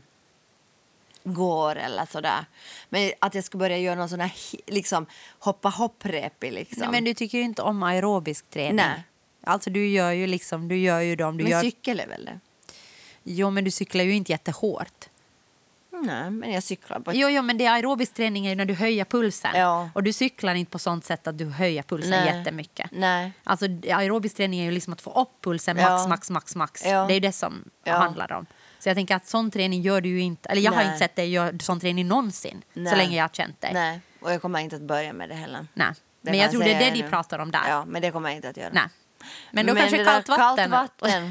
går eller sådär. Men att jag ska börja göra någon sån här liksom hoppa hopprep liksom. Nej, men du tycker ju inte om aerobisk träning. Nej. Alltså du gör ju liksom, du gör ju dem. Du men gör... cykel är väl det? Jo, men du cyklar ju inte jättehårt. Nej, men jag cyklar på... Jo, jo, men det är aerobisk träning är ju när du höjer pulsen. Ja. Och du cyklar inte på sånt sätt att du höjer pulsen Nej. jättemycket. Nej. Alltså aerobisk träning är ju liksom att få upp pulsen max, Ja. max, max, max. Ja. Det är ju det som Ja. handlar om. Så jag tänker att sån träning gör du ju inte... Eller jag har Nej. inte sett dig göra sån träning någonsin. Nej. Så länge jag har känt dig. Nej, och jag kommer inte att börja med det heller. Nej. Det Men kan jag tror det är säga det de nu. pratar om där. Ja, men det kommer jag inte att göra. Nej. Men då Men kanske det där kallt vatten. Kallt vatten.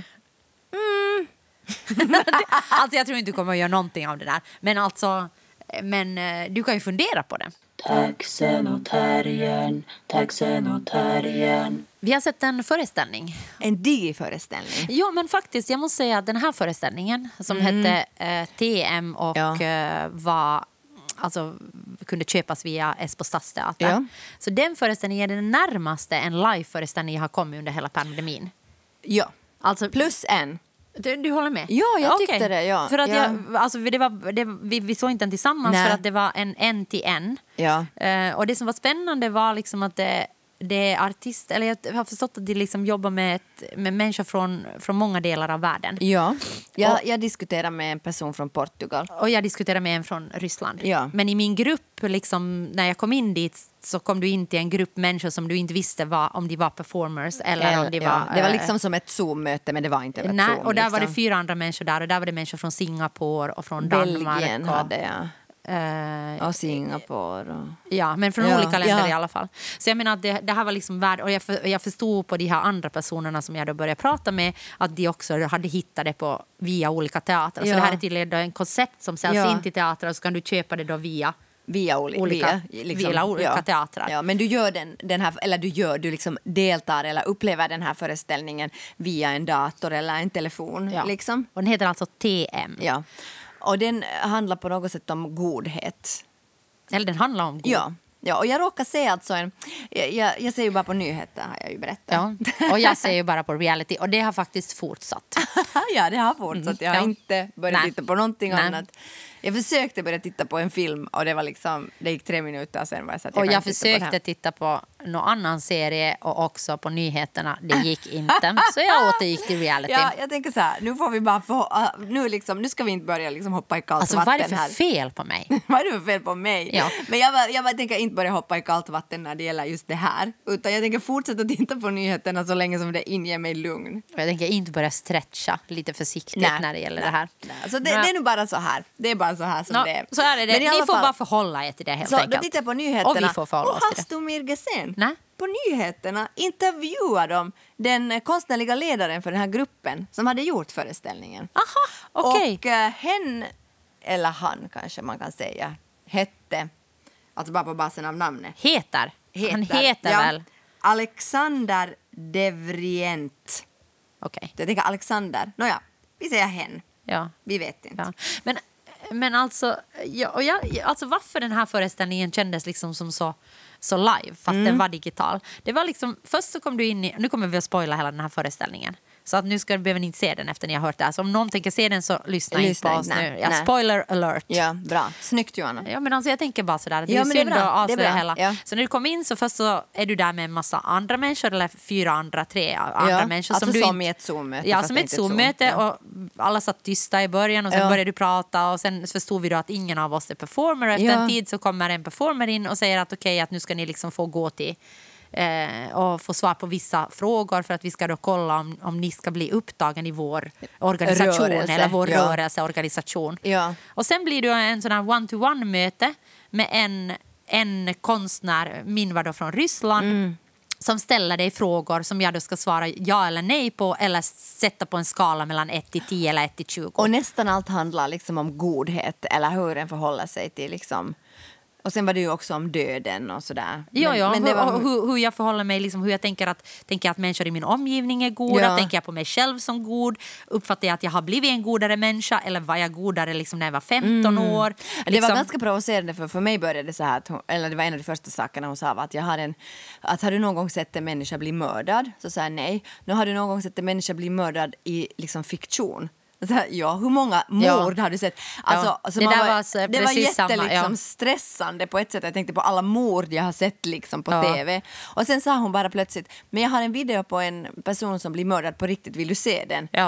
Alltså jag tror inte du kommer att göra någonting av det där. Men alltså, men eh, du kan ju fundera på det. Taxen och terriern, taxen och terriern. Vi har sett en föreställning. En digiföreställning. Ja, men faktiskt, jag måste säga att den här föreställningen som hette eh, T M och Ja. eh, var... Alltså kunde köpas via Esbo stadsteater. Ja. Så den föreställningen är den närmaste en live-föreställning jag har kommit under hela pandemin. Ja. Alltså, Plus en. Du, du håller med? Ja, jag Okej. tyckte det, ja. För att Ja. jag, alltså, det var, det, vi, vi såg inte den tillsammans Nej. för att det var en en till en. Ja. Eh, och det som var spännande var liksom att det, det är artist, eller jag har förstått att de liksom jobbar med, ett, med människor från, från många delar av världen. Ja. Jag, Och- jag diskuterar med en person från Portugal. Och jag diskuterade med en från Ryssland. Ja. Men i min grupp, liksom, när jag kom in dit så kom du in till en grupp människor som du inte visste var, om de var performers eller om de var... ja. Det var eh, liksom som ett Zoom-möte, men det var inte ett nej, Zoom. och där var det liksom. fyra andra människor där och där var det människor från Singapore och från Danmark. Belgien och, hade jag. eh, Och Singapore. Och... Ja, men från Ja, olika länder ja. i alla fall. Så jag menar att det, det här var liksom värd, och jag, för, jag förstod på de här andra personerna som jag då började prata med att de också hade hittat det på via olika teatrar. Ja. Så det här är tydligen då en koncept som säljs Ja. in till teatrar och så kan du köpa det då via Via oli- olika, via, liksom, via olika ja. teatrar. Ja, men du gör den, den här, eller du gör, du liksom deltar eller upplever den här föreställningen via en dator eller en telefon. Ja. Liksom. Och den heter alltså T M. Ja. Och den handlar på något sätt om godhet. Eller den handlar om god. Ja. Ja, och jag råkar se alltså en... Jag, jag, jag ser ju bara på nyheter, har jag ju berättat. Ja. Och jag ser ju bara på reality och det har faktiskt fortsatt. Ja, det har fortsatt. Jag har Ja. inte börjat Nej. titta på någonting Nej. annat. Jag försökte börja titta på en film och det var liksom... Det gick tre minuter sen var jag så att jag Och kan jag inte titta på det försökte här. titta på någon annan serie och också på nyheterna. Det gick inte. Så jag återgick till reality. Ja, jag tänker så här, nu får vi bara få, uh, nu, liksom, nu ska vi inte börja liksom hoppa i kallt Alltså vad är vatten det för här. fel på mig? Vad är det för fel på mig? Ja. Men jag, bara- jag bara tänker inte börja hoppa i kallt vatten när det gäller just det här. Utan jag tänker fortsätta titta på nyheterna så länge som det inger mig lugn. Och jag tänker inte börja stretcha lite försiktigt Nej, när det gäller nej, det här. nej. Så det, Men- det är nu bara så här. Det är bara så här som Nå, det är. så är det. Men i Ni alla får fall- bara förhålla er till det helt Så då enkelt. tittar jag på nyheterna. Och vi får förhålla och oss till det. Hastumir Gesen, Nej. på nyheterna intervjuar de den konstnärliga ledaren för den här gruppen som hade gjort föreställningen. Aha, okej. Och uh, hen, eller han kanske man kan säga, hette, alltså bara på basen av namnet. Heter. Han heter ja, väl... Alexander Devrient. Okej. Jag tänker Alexander. Nåja, vi säger hen. Ja. Vi vet inte. Ja. Men, men alltså, ja, och jag, alltså varför den här föreställningen kändes liksom som så, så live fast Mm. den var digital. Det var liksom, först så kom du in i, nu kommer vi att spoila hela den här föreställningen. Så att nu ska, behöver ni inte se den efter ni har hört det här. Så om någon tänker se den så lyssna, Lyssna inte på oss inte, nej, nu. Ja, nej. spoiler alert. Ja, bra. Snyggt Johanna. Ja, men alltså jag tänker bara sådär. Det är Ja, ju men det är synd bra. att Det är avslöja bra. hela. Ja. Så när du kom in så först så är du där med en massa andra människor eller fyra andra, tre andra Ja, människor. alltså du som inte- i ett Zoom-möte, Ja, fast som det ett inte är ett Zoom. Zoom-möte Ja. och alla satt tysta i början och sen Ja. började du prata och sen förstod vi då att ingen av oss är performer. Efter Ja. en tid så kommer en performer in och säger att okej, att nu ska ni liksom få gå till eh, och få svar på vissa frågor för att vi ska då kolla om, om ni ska bli upptagen i vår organisation Rörelse, eller vår ja. rörelseorganisation. Ja. Och sen blir det en sån här one-to-one-möte med en, en konstnär, min var då från Ryssland, Mm. som ställer dig frågor som jag då ska svara ja eller nej på eller sätta på en skala mellan ett till tio eller ett till tjugo. Och nästan allt handlar liksom om godhet eller hur den förhåller sig till liksom... Och sen var det ju också om döden och sådär. Ja, Men- ja. men det hur, var- hur, hur jag förhåller mig, liksom, hur jag tänker att, tänker att människor i min omgivning är goda, Ja. tänker jag på mig själv som god, uppfattar jag att jag har blivit en godare människa eller var jag godare liksom när jag var femton år. Det var Liksom- ganska provocerande för för mig började det så här att hon, eller det var en av de första sakerna hon sa var att jag har en att har du någon gång sett en människa bli mördad så sa jag nej. Nu har du någon gång sett en människa bli mördad i liksom fiktion. Så här, ja, hur många mord Ja. har du sett? Alltså, Ja, alltså det man där var, var så- det var precis jätte samma, liksom, ja. stressande på ett sätt. Jag tänkte på alla mord jag har sett liksom, på Ja. tv. Och sen sa hon bara plötsligt, men jag har en video på en person som blir mördad på riktigt, vill du se den? Ja.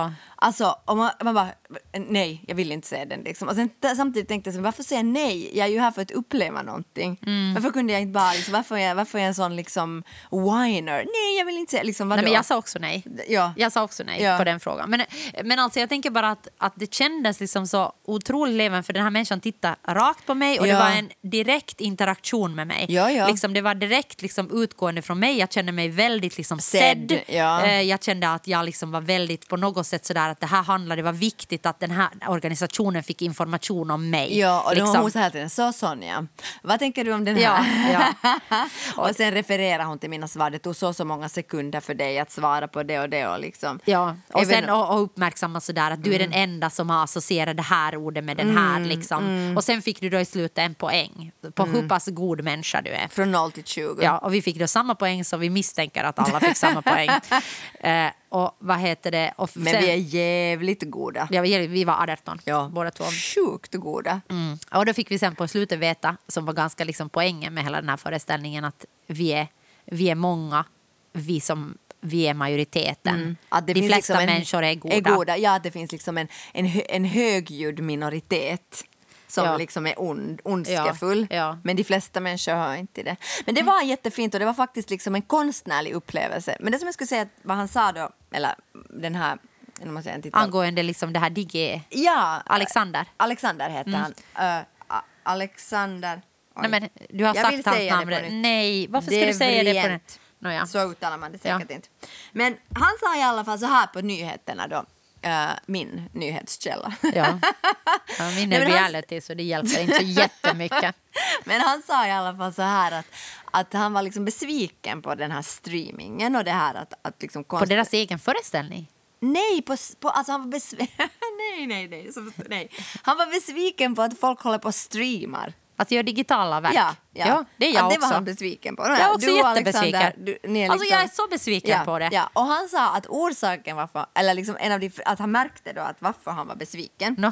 Alltså, om man, man bara, nej, jag vill inte se den liksom. Och sen samtidigt tänkte jag, varför säger jag nej? Jag är ju här för att uppleva någonting. Mm. Varför kunde jag inte bara, liksom, varför, är jag, varför är jag en sån liksom whiner? Nej, jag vill inte se, liksom, vadå? Nej, men jag sa också nej. Ja. Jag sa också nej ja. på den frågan. Men, men alltså, jag tänker bara att, att det kändes liksom så otroligt levande, för den här människan tittade rakt på mig och ja. det var en direkt interaktion med mig. Ja, ja. Liksom, det var direkt liksom, utgående från mig. Jag kände mig väldigt liksom, sedd. sedd. Ja. Jag kände att jag liksom, var väldigt på något sätt sådär att det här handlade, det var viktigt att den här organisationen fick information om mig. Ja, och liksom. då hon så här till den, så Sonja, vad tänker du om den här? Ja, ja. Och sen refererar hon till mina svar, det tog så så många sekunder för dig att svara på det och det och liksom. Ja, och Även... sen och, och uppmärksamma sådär att du är mm. den enda som har associerat det här ordet med den här mm, liksom. Mm. Och sen fick du då i slutet en poäng på mm. hur pass god människa du är. Från noll till tjugo. Ja, och vi fick då samma poäng, så vi misstänker att alla fick samma poäng. Eh, och vad heter det? Och men sen, vi är jävligt goda. Ja, vi, vi var arton, ja. båda två. Sjukt goda. Mm. Och då fick vi sen på slutet veta, som var ganska liksom poängen med hela den här föreställningen, att vi är, vi är många, vi som vi är majoriteten. Mm. Att det de flesta liksom en, människor är goda. är goda. Ja, att det finns liksom en, en, en högljudd minoritet som ja. liksom är ond, ondskefull. Ja. Ja. Men de flesta människor hör inte det. Men det var jättefint och det var faktiskt liksom en konstnärlig upplevelse. Men det som jag skulle säga, vad han sa då, eller den här... angående liksom det här Digi... Ja. Alexander. Alexander heter mm. han. Uh, Alexander... Nej, men du har jag sagt hans namn. Nej, varför ska du säga det på den? No, ja. Så uttalar man det säkert ja. inte. Men han sa i alla fall så här på nyheterna då. Uh, min nyhetskälla. Ja, ja min är reality han... så det hjälper inte så jättemycket. Men han sa i alla fall så här att, att han var liksom besviken på den här streamingen och det här att, att liksom konst... På deras egen föreställning? Nej, på, på, alltså han var besviken... nej, nej, nej, så, nej. Han var besviken på att folk håller på och streamar. Att göra digitala verk. Ja, ja. ja det är jag ja, det också. var han besviken på. Jag är också du jättebesviken. Du, ni är alltså liksom, jag är så besviken ja, på det. Ja. Och han sa att orsaken varför, eller liksom en av de, att han märkte då att varför han var besviken. No.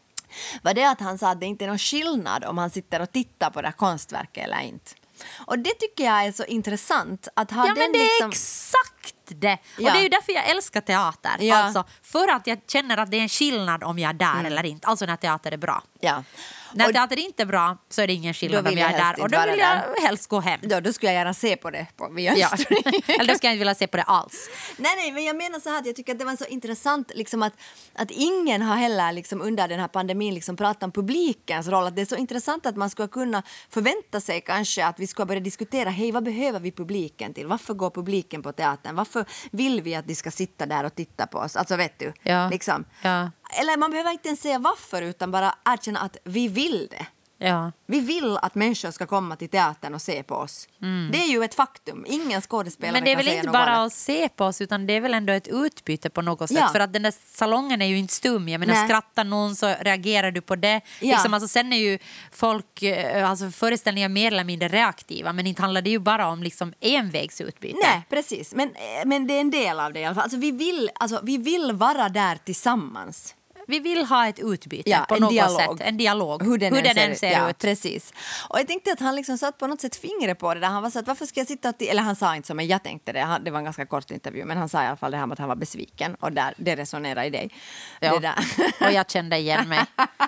Var det att han sa att det inte är någon skillnad om han sitter och tittar på det här konstverket eller inte. Och det tycker jag är så intressant. Att ha ja, den men det är liksom... exakt det. Ja. Och det är ju därför jag älskar teater. Ja. Alltså, för att jag känner att det är en skillnad om jag är där mm. eller inte. Alltså när teater är bra. Ja. När och teater är inte bra så är det ingen skillnad om jag är där. Och då vill jag där. helst gå hem. Då, då skulle jag gärna se på det på via ja. Eller då ska jag inte vilja se på det alls. Nej, nej, men jag menar så här att jag tycker att det var så intressant liksom att, att ingen har heller liksom under den här pandemin liksom pratat om publikens roll. Att det är så intressant att man ska kunna förvänta sig kanske att vi ska börja diskutera, hej, vad behöver vi publiken till? Varför går publiken på teatern? Varför vill vi att de ska sitta där och titta på oss? Alltså vet du, ja. liksom. Ja. Eller man behöver inte ens säga varför utan bara erkänna att vi vill det. Ja. Vi vill att människor ska komma till teatern och se på oss. Mm. Det är ju ett faktum. Ingen skådespelare Men det är väl kan inte säga bara något. att se på oss utan det är väl ändå ett utbyte på något sätt. Ja. För att den där salongen är ju inte stum. Jag menar, skrattar någon så reagerar du på det. Ja. Liksom, alltså, sen är ju folk, alltså föreställningar mer eller mindre reaktiva. Men inte handlar det ju bara om liksom envägsutbyte. Nej, precis. Men, men det är en del av det i alla fall. Alltså, vi, vill, alltså, vi vill vara där tillsammans. Vi vill ha ett utbyte ja, på en något dialog. sätt. En dialog. Hur den, Hur den ser, än ser ja, ut. Precis. Och jag tänkte att han liksom satt på något sätt fingret på det där. Han var så att varför ska jag sitta till... Eller han sa inte så, men jag tänkte det. Det var en ganska kort intervju. Men han sa i alla fall det här med att han var besviken. Och där, det resonerar i dig. Ja. Det där. Och jag kände igen mig.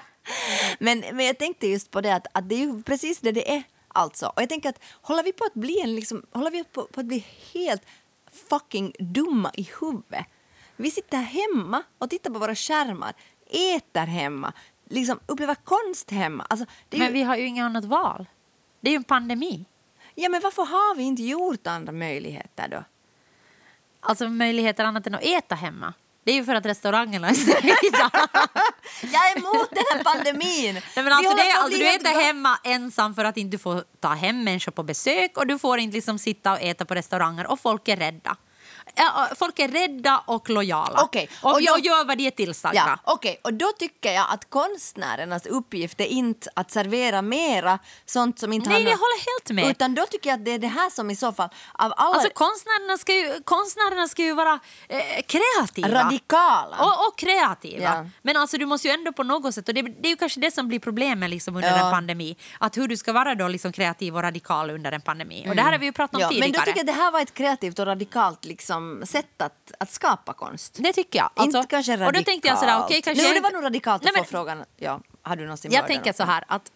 men, men jag tänkte just på det att, att det är ju precis det det är. Alltså. Och jag tänker att håller vi på att bli en liksom... Håller vi på, på att bli helt fucking dumma i huvudet? Vi sitter hemma och tittar på våra skärmar. Äter hemma, liksom upplever konst hemma. Alltså, det är men ju... vi har ju inget annat val. Det är ju en pandemi. Ja, men varför har vi inte gjort andra möjligheter då? Alltså möjligheter annat än att äta hemma. Det är ju för att restaurangerna är stängda. Jag är emot den här pandemin. Nej, men alltså det är, alltså, du äter hemma ensam för att inte få ta hem människor på besök. Och du får inte liksom sitta och äta på restauranger. Och folk är rädda. Ja, folk är rädda och lojala. Okay. Och, och jag gör vad de är tillsagda. Ja, okej. Okay. Och då tycker jag att konstnärernas uppgift är inte att servera mera sånt som inte Nej, har... jag håller helt med. Utan då tycker jag att det är det här som i så fall... Av alla... Alltså konstnärerna ska ju, konstnärerna ska ju vara eh, kreativa. Radikala. Och, och kreativa. Ja. Men alltså du måste ju ändå på något sätt... Och det, det är ju kanske det som blir problemet liksom under ja. en pandemi. Att hur du ska vara då liksom kreativ och radikal under en pandemi. Mm. Och det här har vi ju pratat om ja, tidigare. Men då tycker jag att det här var ett kreativt och radikalt liksom liksom sätt att, att skapa konst. Det tycker jag. Alltså, inte kanske radikalt. Och då tänkte jag sådär, okej, kanske Nej, jag det var inte- nog radikalt att Nej, få men- frågan. Ja, har du någonsin Jag mördat tänker någon? så här att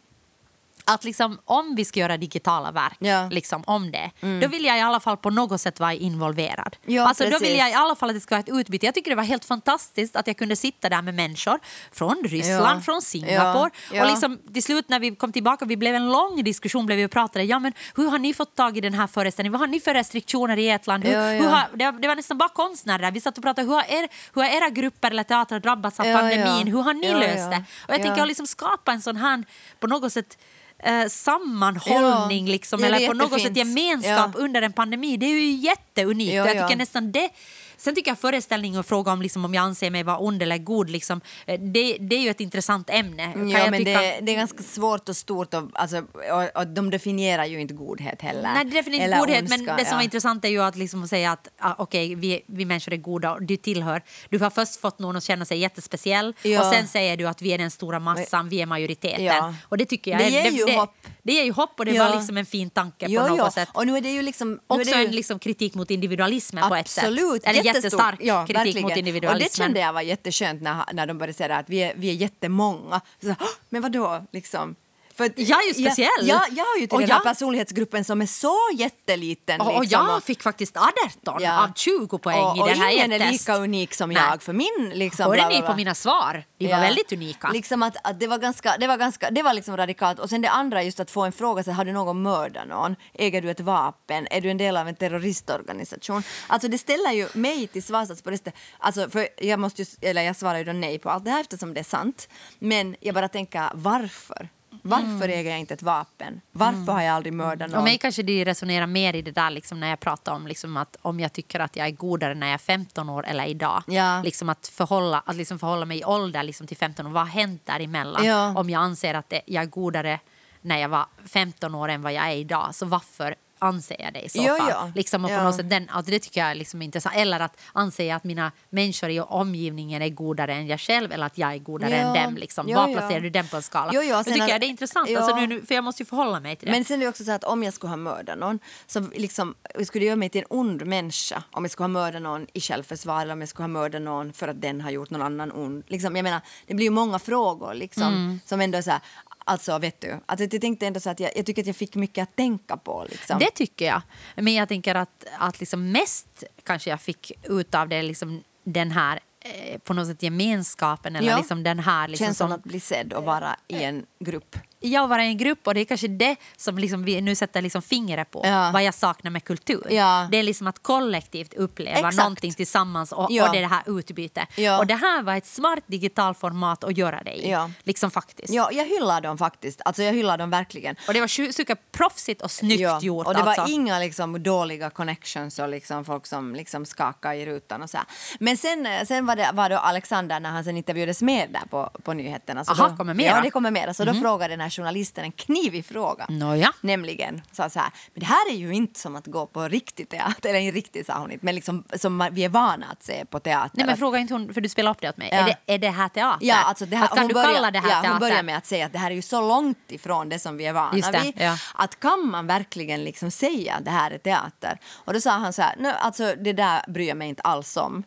att liksom, om vi ska göra digitala verk, Ja. liksom, om det, då vill jag i alla fall på något sätt vara involverad. Ja, alltså, då precis. vill jag i alla fall att det ska vara ett utbyte. Jag tycker det var helt fantastiskt att jag kunde sitta där med människor från Ryssland, Ja. från Singapore. Ja. Ja. Och liksom, till slut när vi kom tillbaka, vi blev en lång diskussion, blev vi och pratade, ja men hur har ni fått tag i den här föreställningen? Vad har ni för restriktioner i ert land? Hur, Ja, ja. Hur har, det, det var nästan bara konstnärer där. Vi satt och pratade, hur har, er, hur har era grupper eller teatrar drabbats av Ja, pandemin? ja. Hur har ni Ja, löst ja. det? Och jag Ja. tänker att liksom skapa en sån här, på något sätt, eh, sammanhållning Ja, liksom, det är eller på något sätt jättefint. gemenskap Ja. under en pandemi. Det är ju jätteunikt. Ja, Jag tycker ja. nästan det. Sen tycker jag föreställningen och fråga om, liksom, om jag anser mig vara ond eller god, liksom, eh, det, det är ju ett intressant ämne. Kan Ja, jag men tycka. det, det är ganska svårt och stort och, alltså, och, och de definierar ju inte godhet heller. Nej, det är definitivt Eller godhet, ondska, men det som ja. var intressant är ju att liksom säga att ah, okej, vi, vi människor är goda och du tillhör. Du har först fått någon att känna sig jättespeciell Ja. och sen säger du att vi är den stora massan, vi är majoriteten. Ja. Och det tycker jag Det är, ger ju det, hopp. Det ger ju hopp och det Ja. var liksom en fin tanke på Jo, något jo. sätt. Och nu är det ju liksom... nu Också är det ju, en liksom kritik mot individualismen på ett sätt. Absolut, Eller jättestor- jättestark ja, kritik verkligen. mot Och det individualismen. kände jag var jätteskönt när, när de började säga att vi är, vi är jättemånga. Så, "Åh, men vadå liksom? För att- Jag är ju speciell. Ja, jag har ju till Och den här jag- personlighetsgruppen som är så jätteliten. Och, och liksom, jag fick faktiskt arton Ja. av tjugo poäng och, i och den här ingen är test. lika unik som Nej. jag. För min liksom... Hörde bla, ni bla, på bla. mina svar? De var Ja. väldigt unika. Liksom att, att det var ganska, det var ganska, det var liksom radikalt. Och sen det andra just att få en fråga, så har du någon mördat någon? Äger du ett vapen? Är du en del av en terroristorganisation? Alltså det ställer ju mig till svarsats på det sättet. Alltså för jag måste ju, eller jag svarar ju då nej på allt det här eftersom det är sant. Men jag bara tänker, varför? Varför Mm. äger jag inte ett vapen? Varför har jag aldrig mördat någon? Och mig kanske det resonerar mer i det där liksom, när jag pratar om liksom, att om jag tycker att jag är godare när jag är femton år eller idag. Ja. Liksom att förhålla, att liksom förhålla mig i ålder liksom, till femton år. Vad har hänt däremellan? Ja. Om jag anser att det, jag är godare när jag var femton år än vad jag är idag. Så varför anser jag det i så Ja, fall? ja. Liksom, och på Ja. något sätt, den, alltså, det tycker jag är liksom intressant. Eller att anser jag att mina människor i omgivningen är godare än jag själv. Eller att jag är godare Ja. än dem. Liksom. Ja, Var ja. placerar du den på en skala? Jo, jo, Jag sen tycker är- jag det är intressant. Ja. Alltså, nu, nu, för jag måste ju förhålla mig till det. Men sen är det också så att om jag skulle ha mördat någon, så liksom, skulle det göra mig till en ond människa om jag skulle ha mördat någon i självförsvar eller om jag skulle ha mördat någon för att den har gjort någon annan ond. Liksom, jag menar, det blir ju många frågor liksom, Mm. som ändå är så här, alltså vet du, alltså, jag tänkte ändå så att jag, jag tycker att jag fick mycket att tänka på. Liksom. Det tycker jag. Men jag tänker att, att liksom mest kanske jag fick ut av det liksom den här eh, på något sätt gemenskapen eller Ja. liksom den här liksom Känslan som, att bli sedd och vara i en grupp. jag vara i en grupp och det är kanske det som liksom vi nu sätter liksom fingret på Ja. vad jag saknar med kultur. Ja. Det är liksom att kollektivt uppleva Exakt. någonting tillsammans och, Ja. och det är det här utbytet. Ja. Och det här var ett smart digitalt format att göra det i. Ja. Liksom faktiskt. Ja, jag hyllar dem faktiskt. Alltså jag hyllar dem verkligen. Och det var sju- super proffsigt och snyggt Ja, gjort. och det var alltså. inga liksom dåliga connections och liksom folk som liksom skakade i rutan och så här. Men sen, sen var det var då Alexander när han sen intervjuades med där på, på nyheterna. Så Aha, då, kommer mera? Ja, det kommer mera. Så då frågade den här journalisten en knivig fråga. Nåja. Nämligen sa så här, men det här är ju inte som att gå på riktig teater, eller inte riktigt sa hon inte, men liksom som vi är vana att se på teater. Nej, men Att- fråga inte hon, för du spelar upp det åt mig. Ja. Är, det, är det här teater? Ja, alltså det här, att kan hon du börjar, kalla det här ja, teater? hon börjar med att säga att det här är ju så långt ifrån det som vi är vana Just det, vid. ja. Att kan man verkligen liksom säga att det här är teater? Och då sa han så här, nej, alltså det där bryr jag mig inte alls om.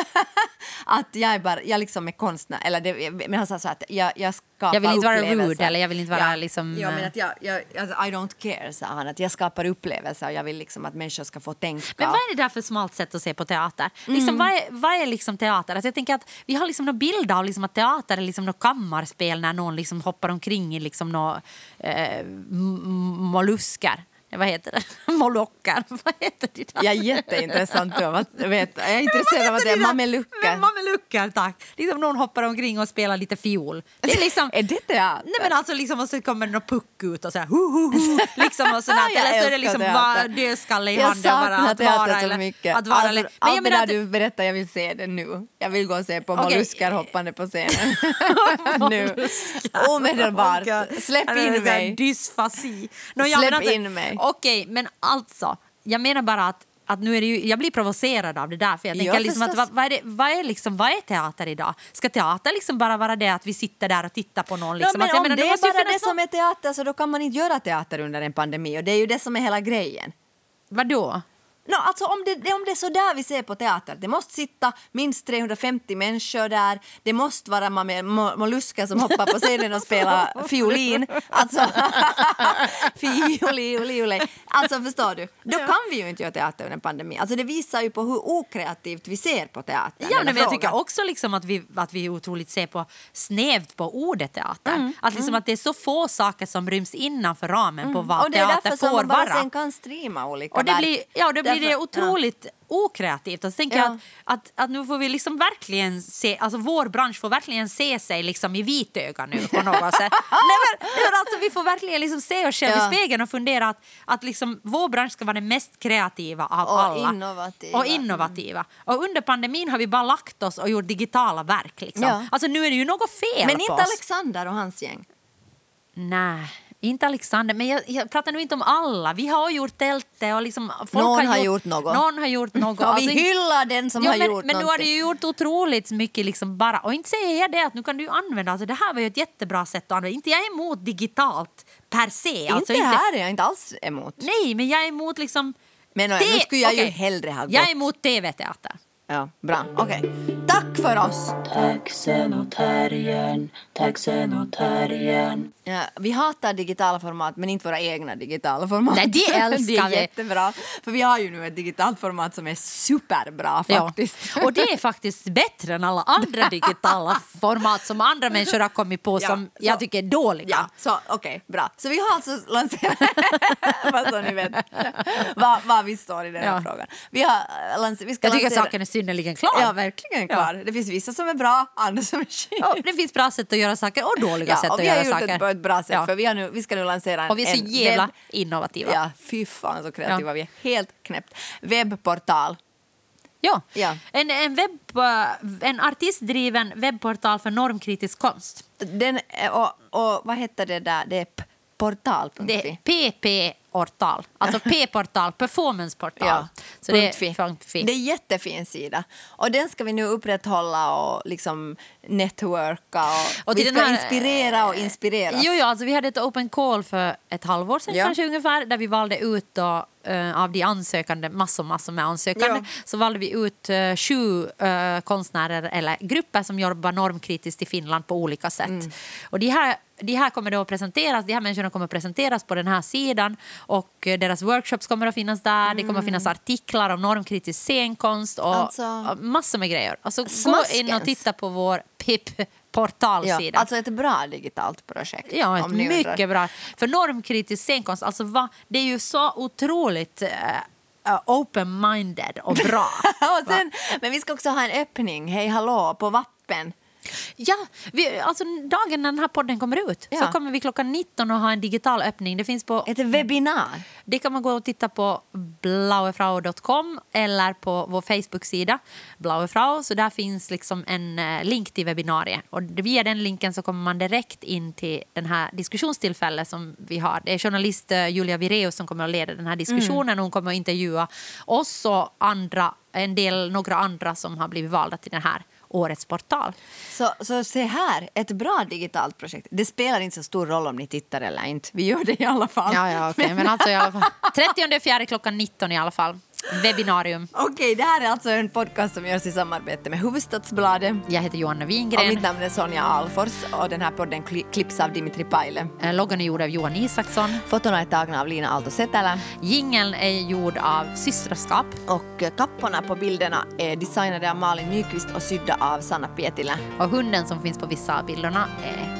Att jag är bara, jag liksom är konstnär, eller det, men han sa så att jag, jag skapar Jag vill inte vara upplevelser. rude eller jag vill inte vara ja, liksom... Ja, men att jag, jag alltså, I don't care, sa han, att jag skapar upplevelser och jag vill liksom att människor ska få tänka. Men vad är det där för smalt sätt att se på teater? Mm. Liksom, vad, är, vad är liksom teater? Alltså jag tänker att vi har liksom någon bild av liksom att teater är liksom något kammarspel när någon liksom hoppar omkring i liksom några eh, m- mollusker. Vad heter det? Molocker. Vad heter det där? Jag är jätteintressant om att veta. Jag är intresserad av att det är mamelucker. Men mamelucker, tack. Liksom någon hoppar omkring och spelar lite fiol. Det är liksom... Är det teater? Nej, men alltså liksom, och så kommer det någon puck ut och så här, hu, hu, hu, liksom och sådär. Jag Eller så är det älskar liksom teater. bara dödskalle i Jag handen. Bara saknar att teater vara, så eller, mycket. att vara, Allt, eller, men allt jag det menar där att- du berättar, jag vill se det nu. Jag vill gå och se på Okej. mollusker hoppande på scenen. nu. Omedelbart. Släpp Eller in så här mig. Dysfasi. No, ja, Släpp men alltså, in mig. Okej, men alltså, jag menar bara att att nu är det ju, jag blir provocerad av det där för jag tänker Ja, liksom att förstås. vad, vad, är det, vad, är liksom, vad är teater idag? Ska teater liksom bara vara det att vi sitter där och tittar på någon? Liksom? Ja, men Alltså, jag om menar, det är måste ju bara finnas det som någon- är teater så då kan man inte göra teater under en pandemi och det är ju det som är hela grejen. Vadå? No, alltså om det, om det är så där vi ser på teater, det måste sitta minst trehundrafemtio människor där, det måste vara man med mollusker som hoppar på scenen och spelar fiolin, alltså fiolin, alltså förstår du, då kan vi ju inte göra teater under en pandemi, alltså det visar ju på hur okreativt vi ser på teater. Ja, men jag tycker också liksom att vi, att vi otroligt ser på snävt på ordet teater, mm, att, liksom mm. att det är så få saker som ryms innanför ramen mm. på vad teater får vara. Och det är därför som man bara sen kan streama olika och det blir, ja, det blir det otroligt ja. okreativt. Och så tänker ja. jag att, att, att nu får vi liksom verkligen se, alltså vår bransch får verkligen se sig liksom i vitöga nu på något sätt. Nej, men, alltså, vi får verkligen liksom se oss själva ja. i spegeln och fundera att, att liksom vår bransch ska vara den mest kreativa av och alla. Innovativa. Och innovativa. Mm. Och under pandemin har vi bara lagt oss och gjort digitala verk. Liksom. Ja. Alltså nu är det ju något fel Men på inte oss. Alexander och hans gäng? Nej. Inte Alexander, men jag, jag pratar nu inte om alla. Vi har gjort tältet och liksom folk någon har gjort, gjort något. Någon har gjort något. Och alltså, vi hyllar den som ja, har men, gjort men någonting. nu har det ju gjort otroligt mycket liksom bara. Och inte säger jag det att nu kan du ju använda. Alltså det här var ju ett jättebra sätt att använda. Inte jag är emot digitalt per se. Alltså, inte här är jag inte alls emot. Nej, men jag är emot liksom. Men nu skulle jag okay. ju hellre ha gått. Jag är emot tv-teater. Ja, bra. Okej. Okay. Tack för oss. Taxen och terriern, taxen och terriern. Ja, vi hatar digitala format, men inte våra egna digitala format. Nej, det älskar det är vi. jättebra. För vi har ju nu ett digitalt format som är superbra faktiskt. Ja. Och det är faktiskt bättre än alla andra digitala format som andra människor har kommit på ja, som så, jag tycker är dåliga. Ja, så okej, okay, bra. Så vi har alltså lanserat, vad så ni vet, vad, vad vi står i den här ja. frågan. Vi har lanserat, vi ska jag tycker lansera... saken är synnerligen klar. Ja, verkligen klar. Ja. Det finns vissa som är bra, andra som är skit. Ja, det finns bra sätt att göra saker och dåliga ja, sätt och att göra saker. Vi har gjort det på ett bra sätt, ja. för vi, har nu, vi ska nu lansera en och vi är så en jävla webb... innovativa. Ja, fy fan så kreativa. Ja. Vi är helt knäppt. Webbportal. Ja, ja. En, en, webb, en artistdriven webbportal för normkritisk konst. Den, och, och vad heter det där? Det är portal punkt fi. Det är P P-portal. Alltså P-portal, performanceportal. Ja, så det är, fi. det är en jättefin sida. Och den ska vi nu upprätthålla och liksom networka. Och, och vi ska här, inspirera och inspirera. Jo, jo, alltså vi hade ett open call för ett halvår sedan ja. kanske ungefär. Där vi valde ut då, uh, av de ansökande, massor, massor med ansökande. Ja. Så valde vi ut uh, sju uh, konstnärer eller grupper som jobbar normkritiskt i Finland på olika sätt. Mm. Och de här De här kommer då att presenteras, de här människorna kommer att presenteras på den här sidan och deras workshops kommer att finnas där. Mm. Det kommer att finnas artiklar om normkritisk scenkonst och alltså, massor med grejer. Alltså gå in och titta på vår P I P-portalsida. Ja, alltså ett bra digitalt projekt. Ja, ett mycket bra. För normkritisk scenkonst, alltså va, det är ju så otroligt uh, open-minded och bra. och sen, men vi ska också ha en öppning, hej hallå, på Vappen. Ja, vi, alltså dagen när den här podden kommer ut ja. så kommer vi klockan nitton och ha en digital öppning. Det finns på ett webbinar. Det kan man gå och titta på blauefrau punkt com eller på vår Facebook-sida Blauefrau, så där finns liksom en länk till webbinariet och via den länken så kommer man direkt in till den här diskussionstillfället som vi har. Det är journalist Julia Vireus som kommer att leda den här diskussionen mm. och hon kommer att intervjua oss och andra, en del, några andra som har blivit valda till den här årets portal. Så, så se här, ett bra digitalt projekt. Det spelar inte så stor roll om ni tittar eller inte. Vi gör det i alla fall. Ja, ja, okej. Okay. Men alltså i alla fall. trettionde fjärde klockan nitton i alla fall. Webbinarium. Okej, okay, det här är alltså en podcast som görs i samarbete med Hufvudstadsbladet. Jag heter Johanna Wingren. Och mitt namn är Sonja Alfors och den här podden klipps av Dimitri Paile. Loggan är gjord av Johan Isaksson. Fotona är tagna av Lina Aalto-Setälä. Jingeln är gjord av Systraskap. Och kapporna på bilderna är designade av Malin Nyqvist och sydda av Sanna Pietilä. Och hunden som finns på vissa av bilderna är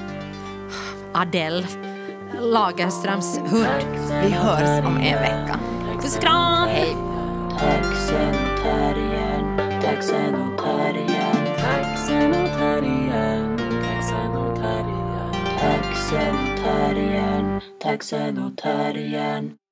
Adele Lagerströms hund. Vi hörs om en vecka. Puss och kram! Hej! Taxen och terriern, taxen och terriern, taxen och terriern, taxen och terriern, taxen och terriern, taxen och terriern.